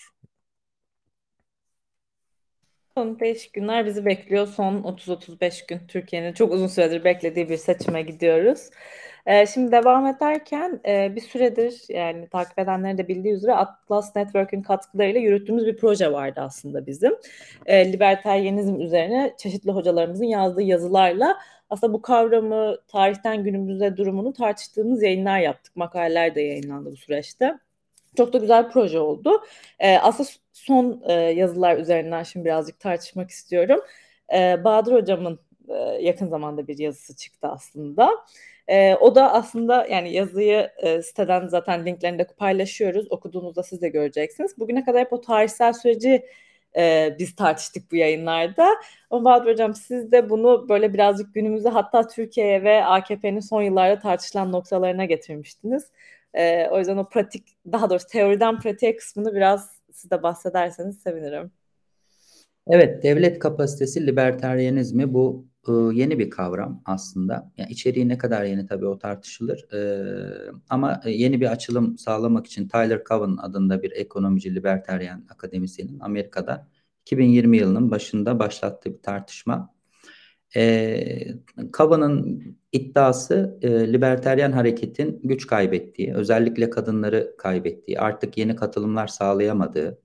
Son değişik günler bizi bekliyor. Son otuz otuz beş gün Türkiye'nin çok uzun süredir beklediği bir seçime gidiyoruz. Ee, şimdi devam ederken e, bir süredir, yani takip edenlerin de bildiği üzere, Atlas Network'ün katkılarıyla yürüttüğümüz bir proje vardı aslında bizim. E, libertaryenizm üzerine çeşitli hocalarımızın yazdığı yazılarla aslında bu kavramı tarihten günümüze durumunu tartıştığımız yayınlar yaptık. Makaleler de yayınlandı bu süreçte. Çok da güzel bir proje oldu. Ee, aslında son e, yazılar üzerinden şimdi birazcık tartışmak istiyorum. Ee, Bahadır Hocam'ın e, yakın zamanda bir yazısı çıktı aslında. Ee, o da aslında, yani yazıyı e, siteden zaten linklerini de paylaşıyoruz. Okuduğunuzda siz de göreceksiniz. Bugüne kadar hep o tarihsel süreci e, biz tartıştık bu yayınlarda. Ama Bahadır Hocam, siz de bunu böyle birazcık günümüze, hatta Türkiye'ye ve A K P'nin son yıllarda tartışılan noktalarına getirmiştiniz. E, o yüzden o pratik, daha doğrusu teoriden pratiğe kısmını biraz siz de bahsederseniz sevinirim. Evet, devlet kapasitesi libertaryenizmi bu e, yeni bir kavram aslında. Yani içeriği ne kadar yeni tabii o tartışılır. E, ama yeni bir açılım sağlamak için Tyler Cowen adında bir ekonomici libertaryen akademisyenin Amerika'da iki bin yirmi yılının başında başlattığı bir tartışma. E, Cowen'ın iddiası e, libertaryen hareketin güç kaybettiği, özellikle kadınları kaybettiği, artık yeni katılımlar sağlayamadığı,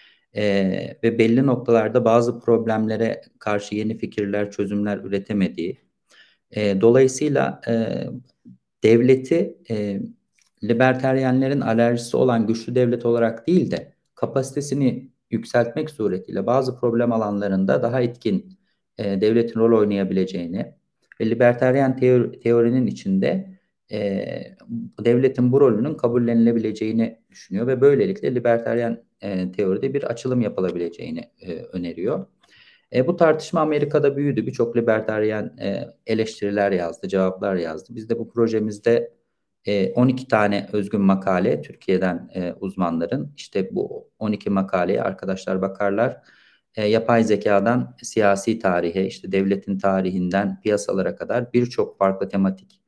ee, ve belli noktalarda bazı problemlere karşı yeni fikirler, çözümler üretemediği. Ee, dolayısıyla e, devleti e, libertaryenlerin alerjisi olan güçlü devlet olarak değil de kapasitesini yükseltmek suretiyle bazı problem alanlarında daha etkin e, devletin rol oynayabileceğini ve libertaryen teori, teorinin içinde e, devletin bu rolünün kabullenilebileceğini düşünüyor ve böylelikle libertaryen e, teoride bir açılım yapılabileceğini e, öneriyor. E, bu tartışma Amerika'da büyüdü. Birçok libertaryen e, eleştiriler yazdı, cevaplar yazdı. Biz de bu projemizde e, on iki tane özgün makale Türkiye'den e, uzmanların, işte bu on iki makaleye arkadaşlar bakarlar. E, yapay zekadan siyasi tarihe, işte devletin tarihinden piyasalara kadar birçok farklı tematik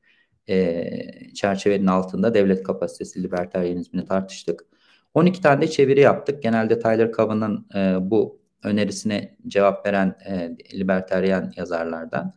e, çerçevenin altında devlet kapasitesi libertaryenizmini tartıştık. on iki tane de çeviri yaptık. Genelde Tyler Cowen'ın e, bu önerisine cevap veren e, libertaryen yazarlardan.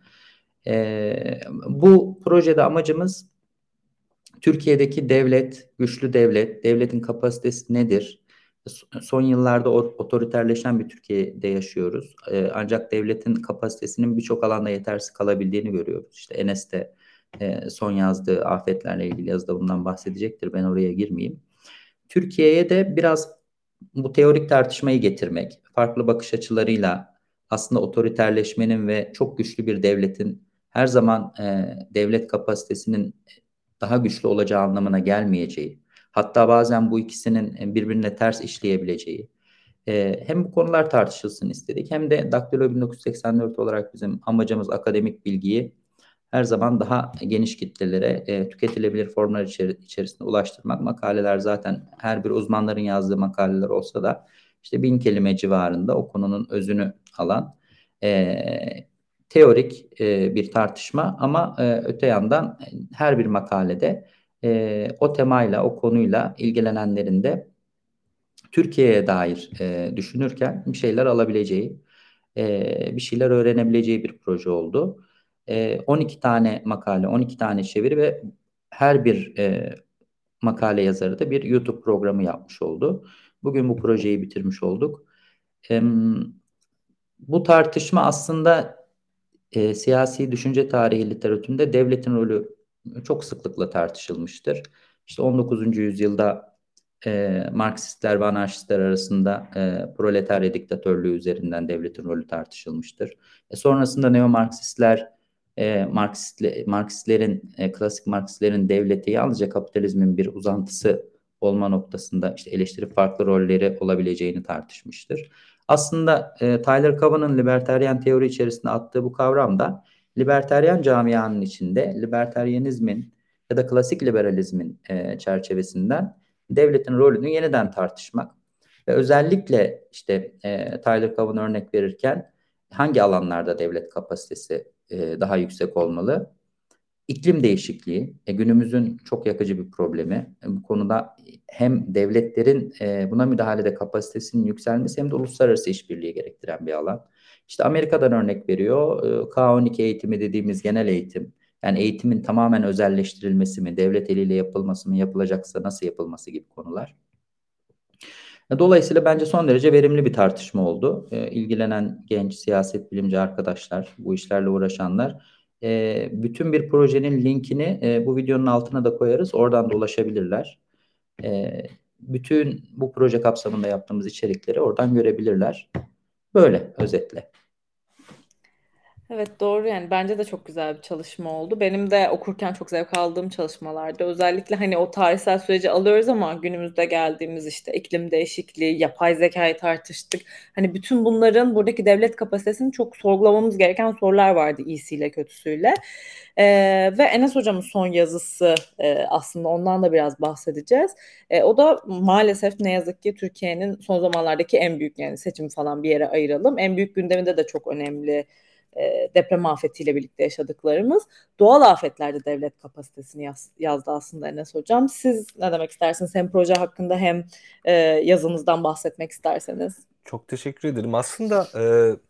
E, bu projede amacımız Türkiye'deki devlet, güçlü devlet, devletin kapasitesi nedir? Son yıllarda otoriterleşen bir Türkiye'de yaşıyoruz. Ee, ancak devletin kapasitesinin birçok alanda yetersiz kalabildiğini görüyoruz. İşte Enes de e, son yazdığı afetlerle ilgili yazıda bundan bahsedecektir. Ben oraya girmeyeyim. Türkiye'ye de biraz bu teorik tartışmayı getirmek, farklı bakış açılarıyla aslında otoriterleşmenin ve çok güçlü bir devletin her zaman e, devlet kapasitesinin daha güçlü olacağı anlamına gelmeyeceği, hatta bazen bu ikisinin birbirine ters işleyebileceği, e, hem bu konular tartışılsın istedik hem de Daktilo bin dokuz yüz seksen dört olarak bizim amacımız akademik bilgiyi her zaman daha geniş kitlelere e, tüketilebilir formlar içeri, içerisinde ulaştırmak. Makaleler zaten her bir uzmanların yazdığı makaleler olsa da işte bin kelime civarında o konunun özünü alan e, teorik e, bir tartışma ama e, öte yandan her bir makalede e, o temayla, o konuyla ilgilenenlerin de Türkiye'ye dair e, düşünürken bir şeyler alabileceği, e, bir şeyler öğrenebileceği bir proje oldu. E, on iki tane makale, on iki tane çeviri ve her bir e, makale yazarı da bir YouTube programı yapmış oldu. Bugün bu projeyi bitirmiş olduk. E, bu tartışma aslında e, siyasi düşünce tarihi literatüründe devletin rolü çok sıklıkla tartışılmıştır. İşte on dokuzuncu yüzyılda e, Marksistler ve anarşistler arasında e, proletarya diktatörlüğü üzerinden devletin rolü tartışılmıştır. E, sonrasında neo-Marksistler, e, Marksistle, Marksistlerin, e, klasik Marksistlerin devleti yalnızca kapitalizmin bir uzantısı olma noktasında işte eleştirip farklı rolleri olabileceğini tartışmıştır. Aslında e, Tyler Cowen'ın libertaryen teori içerisinde attığı bu kavram da libertaryen camianın içinde libertaryenizmin ya da klasik liberalizmin e, çerçevesinden devletin rolünü yeniden tartışmak ve özellikle işte e, Tyler Cowen örnek verirken hangi alanlarda devlet kapasitesi e, daha yüksek olmalı? İklim değişikliği e, günümüzün çok yakıcı bir problemi. E, bu konuda hem devletlerin e, buna müdahalede kapasitesinin yükselmesi hem de uluslararası işbirliği gerektiren bir alan. İşte Amerika'dan örnek veriyor. E, K on iki eğitimi dediğimiz genel eğitim. Yani eğitimin tamamen özelleştirilmesi mi, devlet eliyle yapılması mı, yapılacaksa nasıl yapılması gibi konular. Dolayısıyla bence son derece verimli bir tartışma oldu. E, ilgilenen genç siyaset bilimci arkadaşlar, bu işlerle uğraşanlar, e, bütün bir projenin linkini e, bu videonun altına da koyarız. Oradan da ulaşabilirler. E, bütün bu proje kapsamında yaptığımız içerikleri oradan görebilirler. Böyle özetle. Evet, doğru, yani bence de çok güzel bir çalışma oldu. Benim de okurken çok zevk aldığım çalışmalardı. Özellikle hani o tarihsel süreci alıyoruz ama günümüzde geldiğimiz işte iklim değişikliği, yapay zekayı tartıştık. Hani bütün bunların buradaki devlet kapasitesini çok sorgulamamız gereken sorular vardı, iyisiyle kötüsüyle. Ee, Ve Enes Hocam'ın son yazısı, e, aslında ondan da biraz bahsedeceğiz. E, o da maalesef ne yazık ki Türkiye'nin son zamanlardaki en büyük, yani seçim falan bir yere ayıralım, en büyük gündeminde de çok önemli, e, deprem afetiyle birlikte yaşadıklarımız. Doğal afetlerde devlet kapasitesini yaz, yazdı aslında Enes Hocam. Siz ne demek istersiniz? Hem proje hakkında hem e, yazınızdan bahsetmek isterseniz. Çok teşekkür ederim. Aslında e,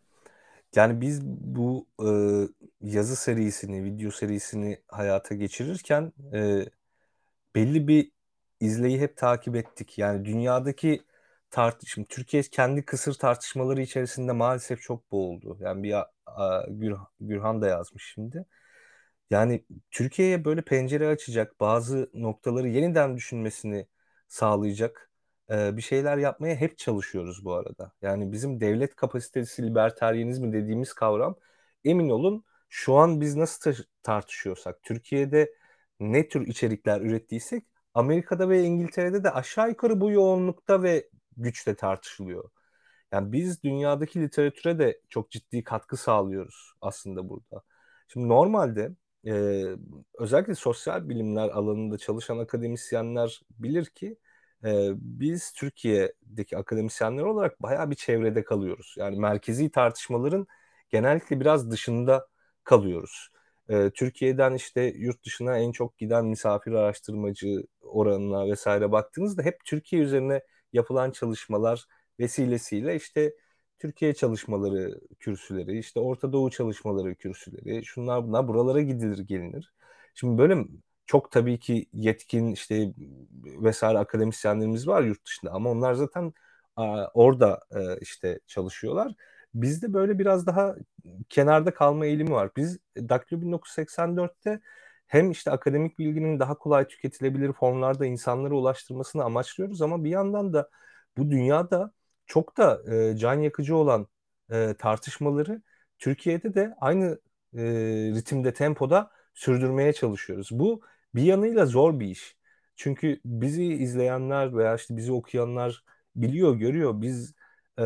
yani biz bu e, yazı serisini, video serisini hayata geçirirken e, belli bir izleyi hep takip ettik. Yani dünyadaki tartışım, Türkiye kendi kısır tartışmaları içerisinde maalesef çok boğuldu. Yani bir a, a- Gür- Gürhan da yazmış şimdi. Yani Türkiye'ye böyle pencere açacak, bazı noktaları yeniden düşünmesini sağlayacak e, bir şeyler yapmaya hep çalışıyoruz bu arada. Yani bizim devlet kapasitesi libertaryenizmi dediğimiz kavram, emin olun şu an biz nasıl ta- tartışıyorsak, Türkiye'de ne tür içerikler ürettiysek Amerika'da ve İngiltere'de de aşağı yukarı bu yoğunlukta ve güçte tartışılıyor. Yani biz dünyadaki literatüre de çok ciddi katkı sağlıyoruz aslında burada. Şimdi normalde e, özellikle sosyal bilimler alanında çalışan akademisyenler bilir ki e, biz Türkiye'deki akademisyenler olarak bayağı bir çevrede kalıyoruz. Yani merkezi tartışmaların genellikle biraz dışında kalıyoruz. E, Türkiye'den işte yurt dışına en çok giden misafir araştırmacı oranına vesaire baktığınızda hep Türkiye üzerine yapılan çalışmalar vesilesiyle işte Türkiye çalışmaları kürsüleri, işte Orta Doğu çalışmaları kürsüleri, şunlar bunlar buralara gidilir gelinir. Şimdi böyle çok tabii ki yetkin işte vesaire akademisyenlerimiz var yurt dışında ama onlar zaten a, orada e, işte çalışıyorlar. Bizde böyle biraz daha kenarda kalma eğilimi var. Biz Daktilo bin dokuz yüz seksen dörtte hem işte akademik bilginin daha kolay tüketilebilir formlarda insanlara ulaştırmasını amaçlıyoruz ama bir yandan da bu dünyada çok da e, can yakıcı olan e, tartışmaları Türkiye'de de aynı e, ritimde, tempoda sürdürmeye çalışıyoruz. Bu bir yanıyla zor bir iş. Çünkü bizi izleyenler veya işte bizi okuyanlar biliyor, görüyor. Biz e,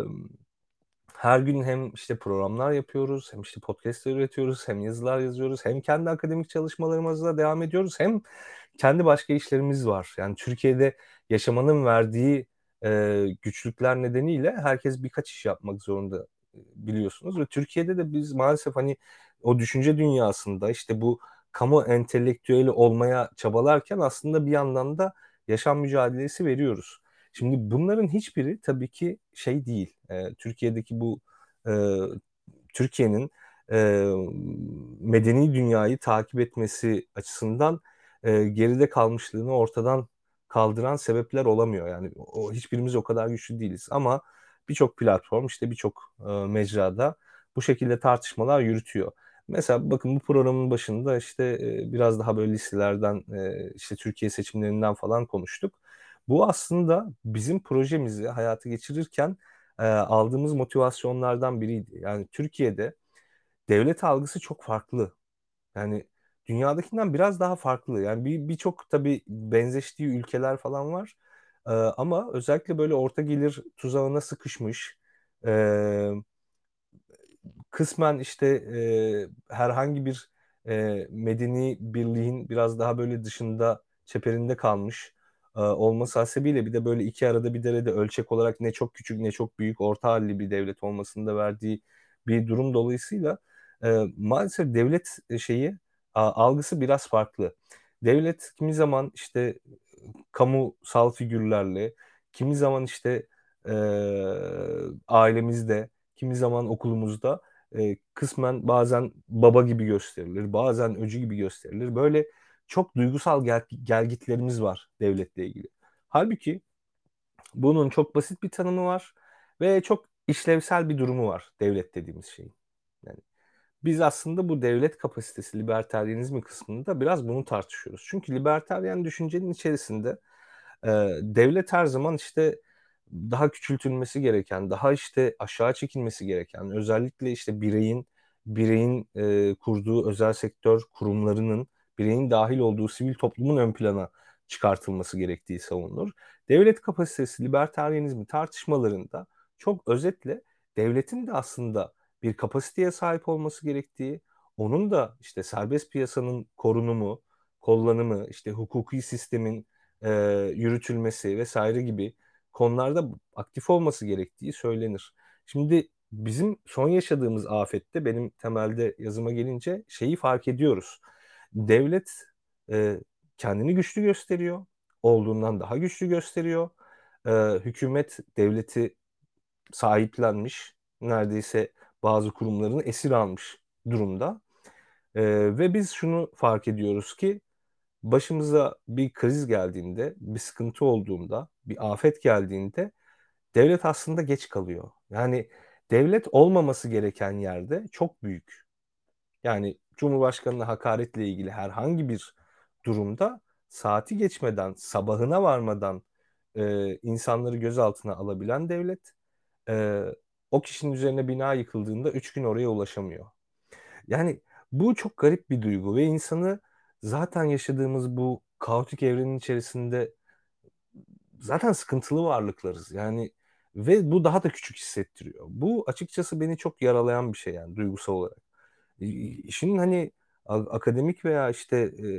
her gün hem işte programlar yapıyoruz, hem işte podcastler üretiyoruz, hem yazılar yazıyoruz, hem kendi akademik çalışmalarımızla devam ediyoruz, hem kendi başka işlerimiz var. Yani Türkiye'de yaşamanın verdiği e, güçlükler nedeniyle herkes birkaç iş yapmak zorunda e, biliyorsunuz. Ve Türkiye'de de biz maalesef hani o düşünce dünyasında işte bu kamu entelektüeli olmaya çabalarken aslında bir yandan da yaşam mücadelesi veriyoruz. Şimdi bunların hiçbiri tabii ki şey değil. E, Türkiye'deki bu e, Türkiye'nin e, medeni dünyayı takip etmesi açısından e, geride kalmışlığını ortadan kaldıran sebepler olamıyor. Yani o, hiçbirimiz o kadar güçlü değiliz. Ama birçok platform işte birçok e, mecrada bu şekilde tartışmalar yürütüyor. Mesela bakın bu programın başında işte e, biraz daha böyle listelerden e, işte Türkiye seçimlerinden falan konuştuk. Bu aslında bizim projemizi hayata geçirirken e, aldığımız motivasyonlardan biriydi. Yani Türkiye'de devlet algısı çok farklı. Yani dünyadakinden biraz daha farklı. Yani bir birçok tabii benzeştiği ülkeler falan var. E, ama özellikle böyle orta gelir tuzağına sıkışmış, e, kısmen işte e, herhangi bir e, medeni birliğin biraz daha böyle dışında, çeperinde kalmış e, olması hasebiyle bir de böyle iki arada bir derede ölçek olarak ne çok küçük ne çok büyük orta halli bir devlet olmasını da verdiği bir durum dolayısıyla e, maalesef devlet şeyi a- algısı biraz farklı. Devlet kimi zaman işte kamusal figürlerle, kimi zaman işte e, ailemizde, kimi zaman okulumuzda e, kısmen bazen baba gibi gösterilir, bazen öcü gibi gösterilir. Böyle çok duygusal gel gelgitlerimiz var devletle ilgili. Halbuki bunun çok basit bir tanımı var ve çok işlevsel bir durumu var devlet dediğimiz şeyin. Yani biz aslında bu devlet kapasitesi, libertaryenizmi kısmında biraz bunu tartışıyoruz. Çünkü libertaryen düşüncenin içerisinde e, devlet her zaman işte daha küçültülmesi gereken, daha işte aşağı çekilmesi gereken, özellikle işte bireyin bireyin e, kurduğu özel sektör kurumlarının, bireyin dahil olduğu sivil toplumun ön plana çıkartılması gerektiği savunulur. Devlet kapasitesi, libertaryenizmi tartışmalarında çok özetle devletin de aslında bir kapasiteye sahip olması gerektiği, onun da işte serbest piyasanın korunumu, kullanımı, işte hukuki sistemin e, yürütülmesi vesaire gibi konularda aktif olması gerektiği söylenir. Şimdi bizim son yaşadığımız afette benim temelde yazıma gelince şeyi fark ediyoruz. Devlet e, kendini güçlü gösteriyor, olduğundan daha güçlü gösteriyor. E, hükümet devleti sahiplenmiş, neredeyse bazı kurumlarını esir almış durumda. E, ve biz şunu fark ediyoruz ki başımıza bir kriz geldiğinde, bir sıkıntı olduğunda, bir afet geldiğinde devlet aslında geç kalıyor. Yani devlet olmaması gereken yerde çok büyük. Yani Cumhurbaşkanı'na hakaretle ilgili herhangi bir durumda saati geçmeden, sabahına varmadan e, insanları gözaltına alabilen devlet, e, o kişinin üzerine bina yıkıldığında üç gün oraya ulaşamıyor. Yani bu çok garip bir duygu ve insanı zaten yaşadığımız bu kaotik evrenin içerisinde zaten sıkıntılı varlıklarız. Yani ve bu daha da küçük hissettiriyor. Bu açıkçası beni çok yaralayan bir şey yani duygusal olarak. E, İşin hani a- akademik veya işte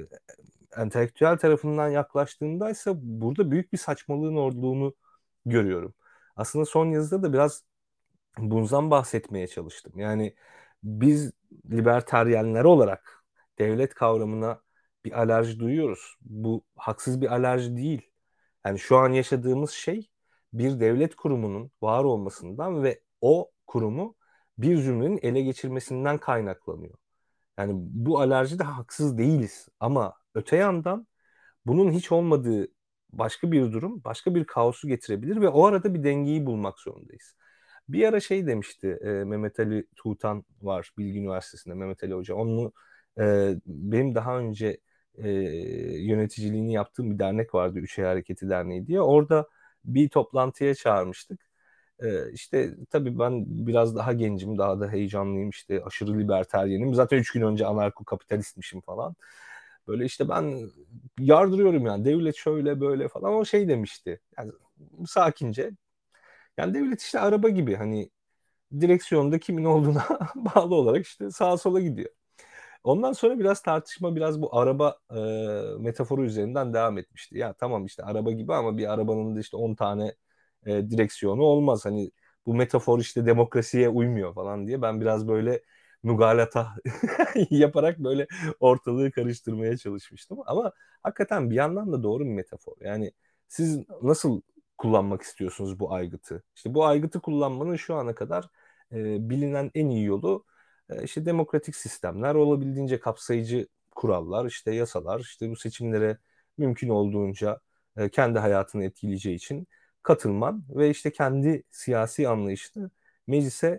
e, entelektüel tarafından yaklaştığımdaysa burada büyük bir saçmalığın olduğunu görüyorum. Aslında son yazıda da biraz bundan bahsetmeye çalıştım. Yani biz libertaryenler olarak devlet kavramına bir alerji duyuyoruz. Bu haksız bir alerji değil. Yani şu an yaşadığımız şey bir devlet kurumunun var olmasından ve o kurumu bir zümrenin ele geçirmesinden kaynaklanıyor. Yani bu alerjide haksız değiliz. Ama öte yandan bunun hiç olmadığı başka bir durum, başka bir kaosu getirebilir ve o arada bir dengeyi bulmak zorundayız. Bir ara şey demişti e, Mehmet Ali Tuğtan var Bilgi Üniversitesi'nde Mehmet Ali Hoca. Onu e, benim daha önce e, yöneticiliğini yaptığım bir dernek vardı Üçey Hareketi Derneği diye. Orada bir toplantıya çağırmıştık. E, işte tabii ben biraz daha gencim, daha da heyecanlıyım. İşte aşırı libertaryenim. Zaten üç gün önce anarko-kapitalistmişim falan. Böyle işte ben yardırıyorum yani devlet şöyle böyle falan. O şey demişti. Yani sakince. Yani devlet işte araba gibi hani direksiyonda kimin olduğuna bağlı olarak işte sağa sola gidiyor. Ondan sonra biraz tartışma biraz bu araba e, metaforu üzerinden devam etmişti. Ya tamam işte araba gibi ama bir arabanın da işte on tane e, direksiyonu olmaz. Hani bu metafor işte demokrasiye uymuyor falan diye ben biraz böyle mügalata yaparak böyle ortalığı karıştırmaya çalışmıştım. Ama hakikaten bir yandan da doğru bir metafor. Yani siz nasıl kullanmak istiyorsunuz bu aygıtı? İşte bu aygıtı kullanmanın şu ana kadar e, bilinen en iyi yolu e, işte demokratik sistemler, olabildiğince kapsayıcı kurallar, işte yasalar, işte bu seçimlere mümkün olduğunca e, kendi hayatını etkileyeceği için katılman ve işte kendi siyasi anlayışını meclise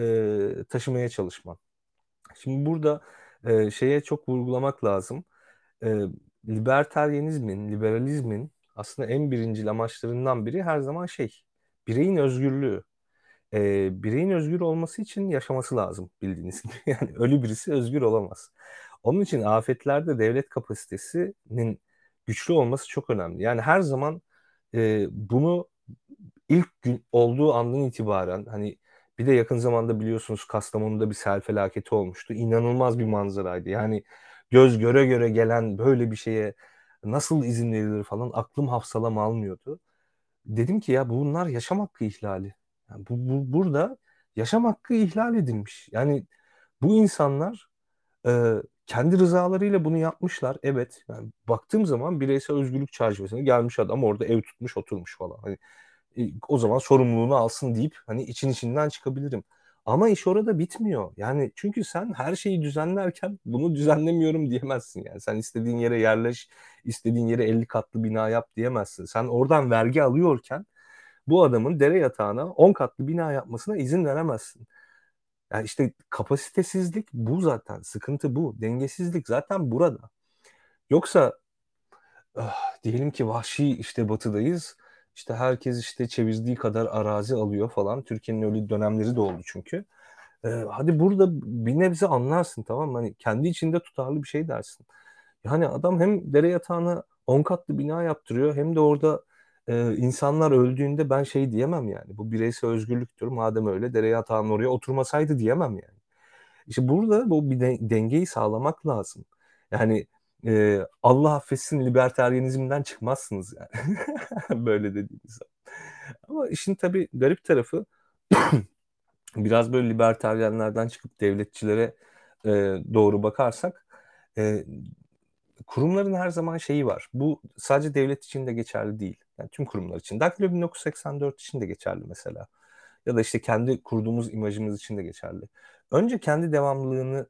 e, taşımaya çalışman. Şimdi burada e, şeye çok vurgulamak lazım. E, libertaryenizmin, liberalizmin aslında en birincil amaçlarından biri her zaman şey, bireyin özgürlüğü. E, bireyin özgür olması için yaşaması lazım bildiğiniz gibi. Yani ölü birisi özgür olamaz. Onun için afetlerde devlet kapasitesinin güçlü olması çok önemli. Yani her zaman e, bunu ilk gün olduğu andan itibaren hani bir de yakın zamanda biliyorsunuz Kastamonu'da bir sel felaketi olmuştu. İnanılmaz bir manzaraydı. Yani göz göre göre gelen böyle bir şeye nasıl izin verilir falan aklım hafsalam almıyordu. Dedim ki ya bunlar yaşam hakkı ihlali. Yani bu, bu- burada yaşam hakkı ihlal edilmiş. Yani bu insanlar e, kendi rızalarıyla bunu yapmışlar. Evet. Yani baktığım zaman bireysel özgürlük çerçevesinde gelmiş adam orada ev tutmuş oturmuş falan. Hani e, o zaman sorumluluğunu alsın deyip hani için içinden çıkabilirim. Ama iş orada bitmiyor. Yani çünkü sen her şeyi düzenlerken bunu düzenlemiyorum diyemezsin. Yani sen istediğin yere yerleş, istediğin yere elli katlı bina yap diyemezsin. Sen oradan vergi alıyorken bu adamın dere yatağına on katlı bina yapmasına izin veremezsin. Yani işte kapasitesizlik bu zaten. Sıkıntı bu. Dengesizlik zaten burada. Yoksa ah, diyelim ki vahşi işte batıdayız. İşte herkes işte çevirdiği kadar arazi alıyor falan. Türkiye'nin öyle dönemleri de oldu çünkü. Ee, hadi burada bir nebze anlarsın, tamam mı? Hani kendi içinde tutarlı bir şey dersin. Yani adam hem dere yatağına on katlı bina yaptırıyor, hem de orada e, insanlar öldüğünde ben şey diyemem yani. Bu bireysel özgürlüktür. Madem öyle dere yatağının oraya oturmasaydı diyemem yani. İşte burada bu bir de- dengeyi sağlamak lazım. Yani e, Allah affetsin, liberteryenizmden çıkmazsınız yani. Böyle dediğiniz zaman. Ama işin tabii garip tarafı, biraz böyle libertaryenlerden çıkıp devletçilere e, doğru bakarsak, e, kurumların her zaman şeyi var. Bu sadece devlet için de geçerli değil. Yani tüm kurumlar için. Daktilo bin dokuz yüz seksen dört için de geçerli mesela. Ya da işte kendi kurduğumuz imajımız için de geçerli. Önce kendi devamlılığını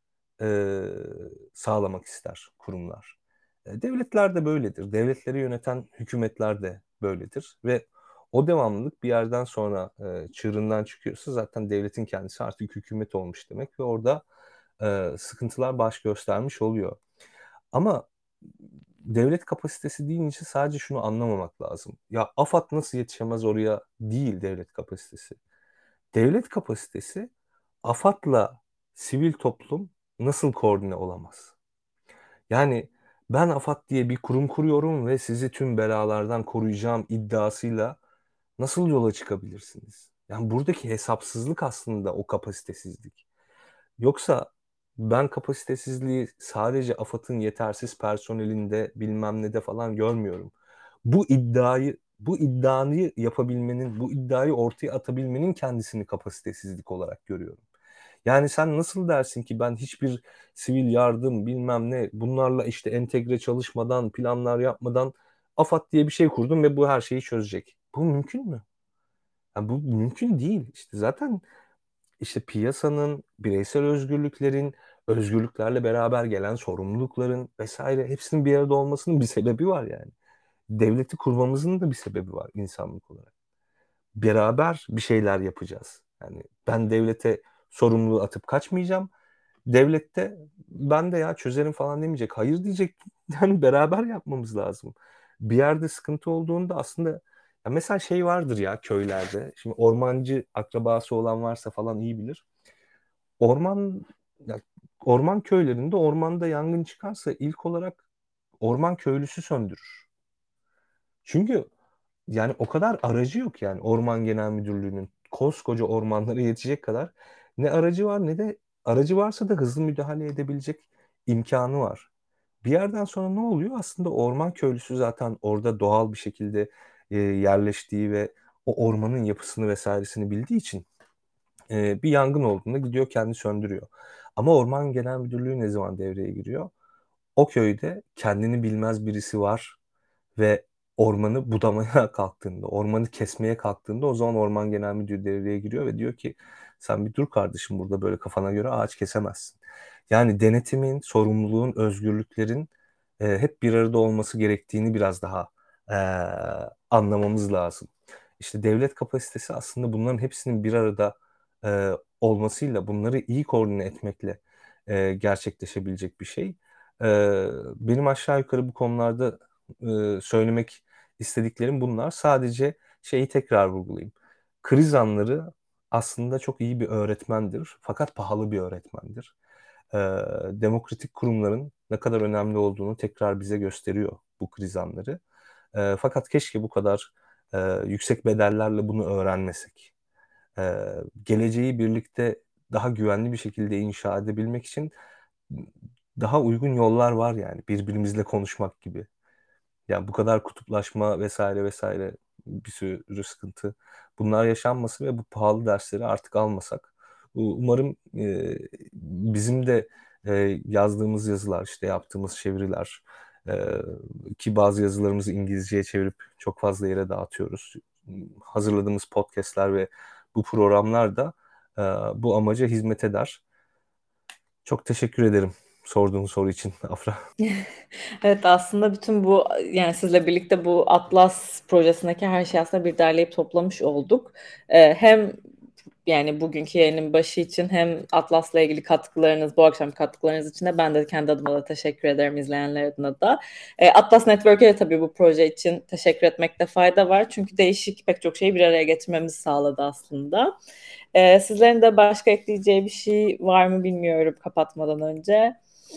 e, sağlamak ister kurumlar. E, devletler de böyledir. Devletleri yöneten hükümetler de böyledir. Ve o devamlılık bir yerden sonra e, çığırından çıkıyorsa zaten devletin kendisi artık hükümet olmuş demek ve orada e, sıkıntılar baş göstermiş oluyor. Ama devlet kapasitesi deyince sadece şunu anlamamak lazım. Ya AFAD nasıl yetişemez oraya değil devlet kapasitesi. Devlet kapasitesi AFAD'la sivil toplum nasıl koordine olamaz? Yani ben AFAD diye bir kurum kuruyorum ve sizi tüm belalardan koruyacağım iddiasıyla nasıl yola çıkabilirsiniz? Yani buradaki hesapsızlık aslında o kapasitesizlik. Yoksa ben kapasitesizliği sadece AFAD'ın yetersiz personelinde bilmem ne de falan görmüyorum. Bu iddiayı bu iddiayı yapabilmenin, bu iddiayı ortaya atabilmenin kendisini kapasitesizlik olarak görüyorum. Yani sen nasıl dersin ki ben hiçbir sivil yardım bilmem ne bunlarla işte entegre çalışmadan, planlar yapmadan AFAD diye bir şey kurdum ve bu her şeyi çözecek. Bu mümkün mü? Yani bu mümkün değil. İşte zaten işte piyasanın, bireysel özgürlüklerin, özgürlüklerle beraber gelen sorumlulukların vesaire hepsinin bir arada olmasının bir sebebi var yani. Devleti kurmamızın da bir sebebi var insanlık olarak. Beraber bir şeyler yapacağız. Yani ben devlete sorumluluğu atıp kaçmayacağım. Devlet de ben de ya çözerim falan demeyecek. Hayır diyecek. Yani beraber yapmamız lazım. Bir yerde sıkıntı olduğunda aslında, ya mesela şey vardır ya köylerde. Şimdi ormancı akrabası olan varsa falan iyi bilir. Orman ya, orman köylerinde ormanda yangın çıkarsa ilk olarak orman köylüsü söndürür. Çünkü yani o kadar aracı yok yani Orman Genel Müdürlüğü'nün koskoca ormanlara yetecek kadar ne aracı var, ne de aracı varsa da hızlı müdahale edebilecek imkanı var. Bir yerden sonra ne oluyor? Aslında orman köylüsü zaten orada doğal bir şekilde e, yerleştiği ve o ormanın yapısını vesairesini bildiği için e, bir yangın olduğunda gidiyor kendi söndürüyor. Ama Orman Genel Müdürlüğü ne zaman devreye giriyor? O köyde kendini bilmez birisi var ve ormanı budamaya kalktığında, ormanı kesmeye kalktığında o zaman Orman Genel Müdürü devreye giriyor ve diyor ki sen bir dur kardeşim, burada böyle kafana göre ağaç kesemezsin. Yani denetimin, sorumluluğun, özgürlüklerin e, hep bir arada olması gerektiğini biraz daha e, anlamamız lazım. İşte devlet kapasitesi aslında bunların hepsinin bir arada e, olmasıyla, bunları iyi koordine etmekle e, gerçekleşebilecek bir şey. E, benim aşağı yukarı bu konularda e, söylemek istediklerim bunlar. Sadece şeyi tekrar vurgulayayım. Kriz anları aslında çok iyi bir öğretmendir, fakat pahalı bir öğretmendir. E, demokratik kurumların ne kadar önemli olduğunu tekrar bize gösteriyor bu kriz anları. E, fakat keşke bu kadar e, yüksek bedellerle bunu öğrenmesek. E, geleceği birlikte daha güvenli bir şekilde inşa edebilmek için daha uygun yollar var yani birbirimizle konuşmak gibi. Yani bu kadar kutuplaşma vesaire vesaire bir sürü sıkıntı. Bunlar yaşanması ve bu pahalı dersleri artık almasak. Umarım e, bizim de e, yazdığımız yazılar, işte yaptığımız çeviriler, e, ki bazı yazılarımızı İngilizceye çevirip çok fazla yere dağıtıyoruz. Hazırladığımız podcastler ve bu programlar da e, bu amaca hizmet eder. Çok teşekkür ederim sorduğun soru için Afra. Evet, aslında bütün bu, yani sizle birlikte bu Atlas projesindeki her şeyi aslında bir derleyip toplamış olduk. Ee, hem yani bugünkü yayının başı için hem Atlas'la ilgili katkılarınız, bu akşam katkılarınız için de ben de kendi adıma da teşekkür ederim, izleyenler adına da. E, Atlas Network'e de tabii bu proje için teşekkür etmekte fayda var. Çünkü değişik pek çok şeyi bir araya getirmemizi sağladı aslında. E, sizlerin de başka ekleyeceği bir şey var mı bilmiyorum kapatmadan önce.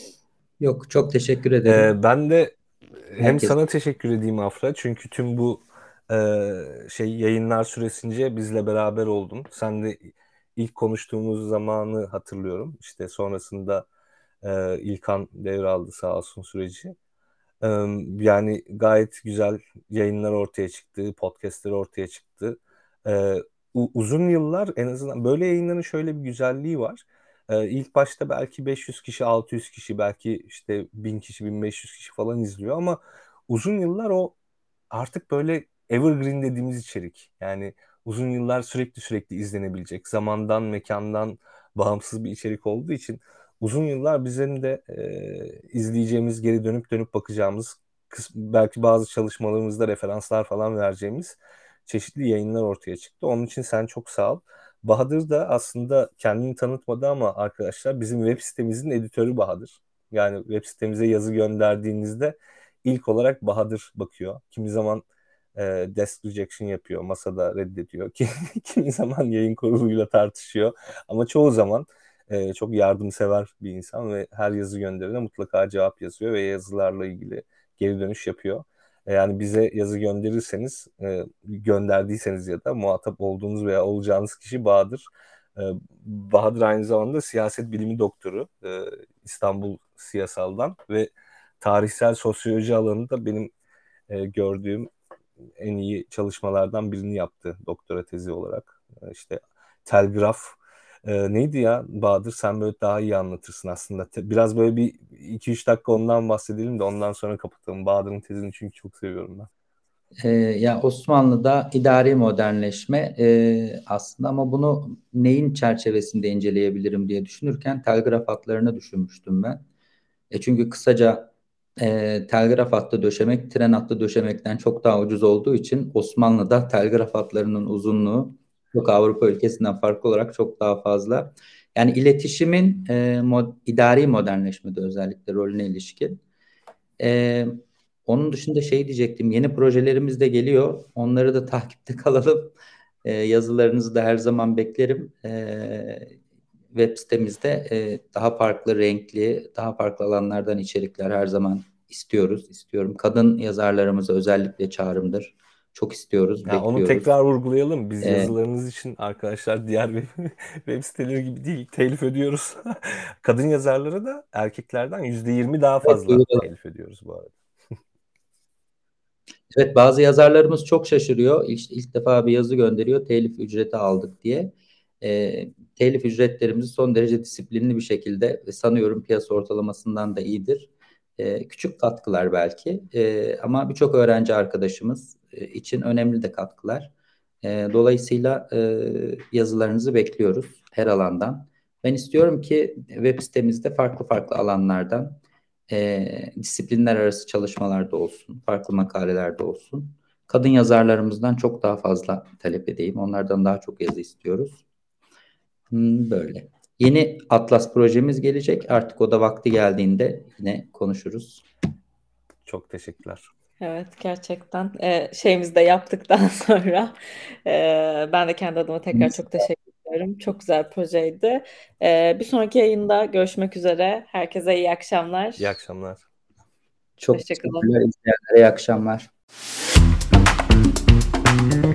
Yok, çok teşekkür ederim. Ee, ben de hem Herkes. sana teşekkür edeyim Afra. Çünkü tüm bu e, şey yayınlar süresince bizle beraber oldun. Sen de ilk konuştuğumuz zamanı hatırlıyorum. İşte sonrasında e, İlkan devraldı sağ olsun süreci. E, Yani gayet güzel yayınlar ortaya çıktı, podcastler ortaya çıktı. E, u- Uzun yıllar en azından böyle yayınların şöyle bir güzelliği var. E, ilk başta belki beş yüz kişi, altı yüz kişi, belki işte bin kişi, bin beş yüz kişi falan izliyor ama uzun yıllar o artık böyle evergreen dediğimiz içerik. Yani uzun yıllar sürekli sürekli izlenebilecek, zamandan, mekandan bağımsız bir içerik olduğu için uzun yıllar bizim de e, izleyeceğimiz, geri dönüp dönüp bakacağımız, kıs- belki bazı çalışmalarımızda referanslar falan vereceğimiz çeşitli yayınlar ortaya çıktı. Onun için sen çok sağ ol. Bahadır da aslında kendini tanıtmadı ama arkadaşlar bizim web sitemizin editörü Bahadır. Yani web sitemize yazı gönderdiğinizde ilk olarak Bahadır bakıyor. Kimi zaman e, desk rejection yapıyor, masada reddediyor. Kimi zaman yayın kuruluyla tartışıyor. Ama çoğu zaman e, çok yardımsever bir insan ve her yazı gönderene mutlaka cevap yazıyor ve yazılarla ilgili geri dönüş yapıyor. E, Yani bize yazı gönderirseniz, e, gönderdiyseniz ya da muhatap olduğunuz veya olacağınız kişi Bahadır. E, Bahadır aynı zamanda siyaset bilimi doktoru, e, İstanbul Siyasal'dan ve tarihsel sosyoloji alanında benim e, gördüğüm en iyi çalışmalardan birini yaptı doktora tezi olarak. E, işte telgraf e, neydi ya Bahadır, sen böyle daha iyi anlatırsın aslında. Te- Biraz böyle bir iki üç dakika ondan bahsedelim de ondan sonra kapatalım. Bahadır'ın tezini çünkü çok seviyorum ben. Ee, ya Osmanlı'da idari modernleşme e, aslında, ama bunu neyin çerçevesinde inceleyebilirim diye düşünürken telgraf hatlarını düşünmüştüm ben. E çünkü kısaca e, telgraf hattı döşemek tren hattı döşemekten çok daha ucuz olduğu için Osmanlı'da telgraf hatlarının uzunluğu çok Avrupa ülkesinden farklı olarak çok daha fazla. Yani iletişimin e, mod, idari modernleşmede özellikle rolüne ilişkin. Ee, Onun dışında şey diyecektim. Yeni projelerimiz de geliyor. Onları da takipte kalalım. Ee, yazılarınızı da her zaman beklerim. Ee, web sitemizde e, daha farklı renkli, daha farklı alanlardan içerikler her zaman istiyoruz. istiyorum. Kadın yazarlarımıza özellikle çağrımdır. Çok istiyoruz, Ya onu bekliyoruz. tekrar vurgulayalım. Biz Ee, yazılarınız için arkadaşlar diğer web, web siteleri gibi değil, telif ödüyoruz. Kadın yazarlara da erkeklerden yüzde yirmi daha evet, fazla duyuralım. telif ödüyoruz bu arada. Evet, bazı yazarlarımız çok şaşırıyor. İlk, ilk defa bir yazı gönderiyor, telif ücreti aldık diye. E, telif ücretlerimizi son derece disiplinli bir şekilde ve sanıyorum piyasa ortalamasından da iyidir. E, küçük katkılar belki, E, ama birçok öğrenci arkadaşımız e, için önemli de katkılar. E, dolayısıyla e, yazılarınızı bekliyoruz her alandan. Ben istiyorum ki web sitemizde farklı farklı alanlardan e, disiplinler arası çalışmalarda olsun, farklı makalelerde olsun. Kadın yazarlarımızdan çok daha fazla talep edeyim. Onlardan daha çok yazı istiyoruz. Hmm, böyle. Yeni Atlas projemiz gelecek. Artık o da vakti geldiğinde yine konuşuruz. Çok teşekkürler. Evet, gerçekten e, şeyimizi de yaptıktan sonra e, ben de kendi adıma tekrar çok teşekkür ederim. Çok güzel bir projeydi. E, bir sonraki yayında görüşmek üzere. Herkese iyi akşamlar. İyi akşamlar. Çok Hoşça kalın. teşekkürler. İzleyenlere iyi akşamlar.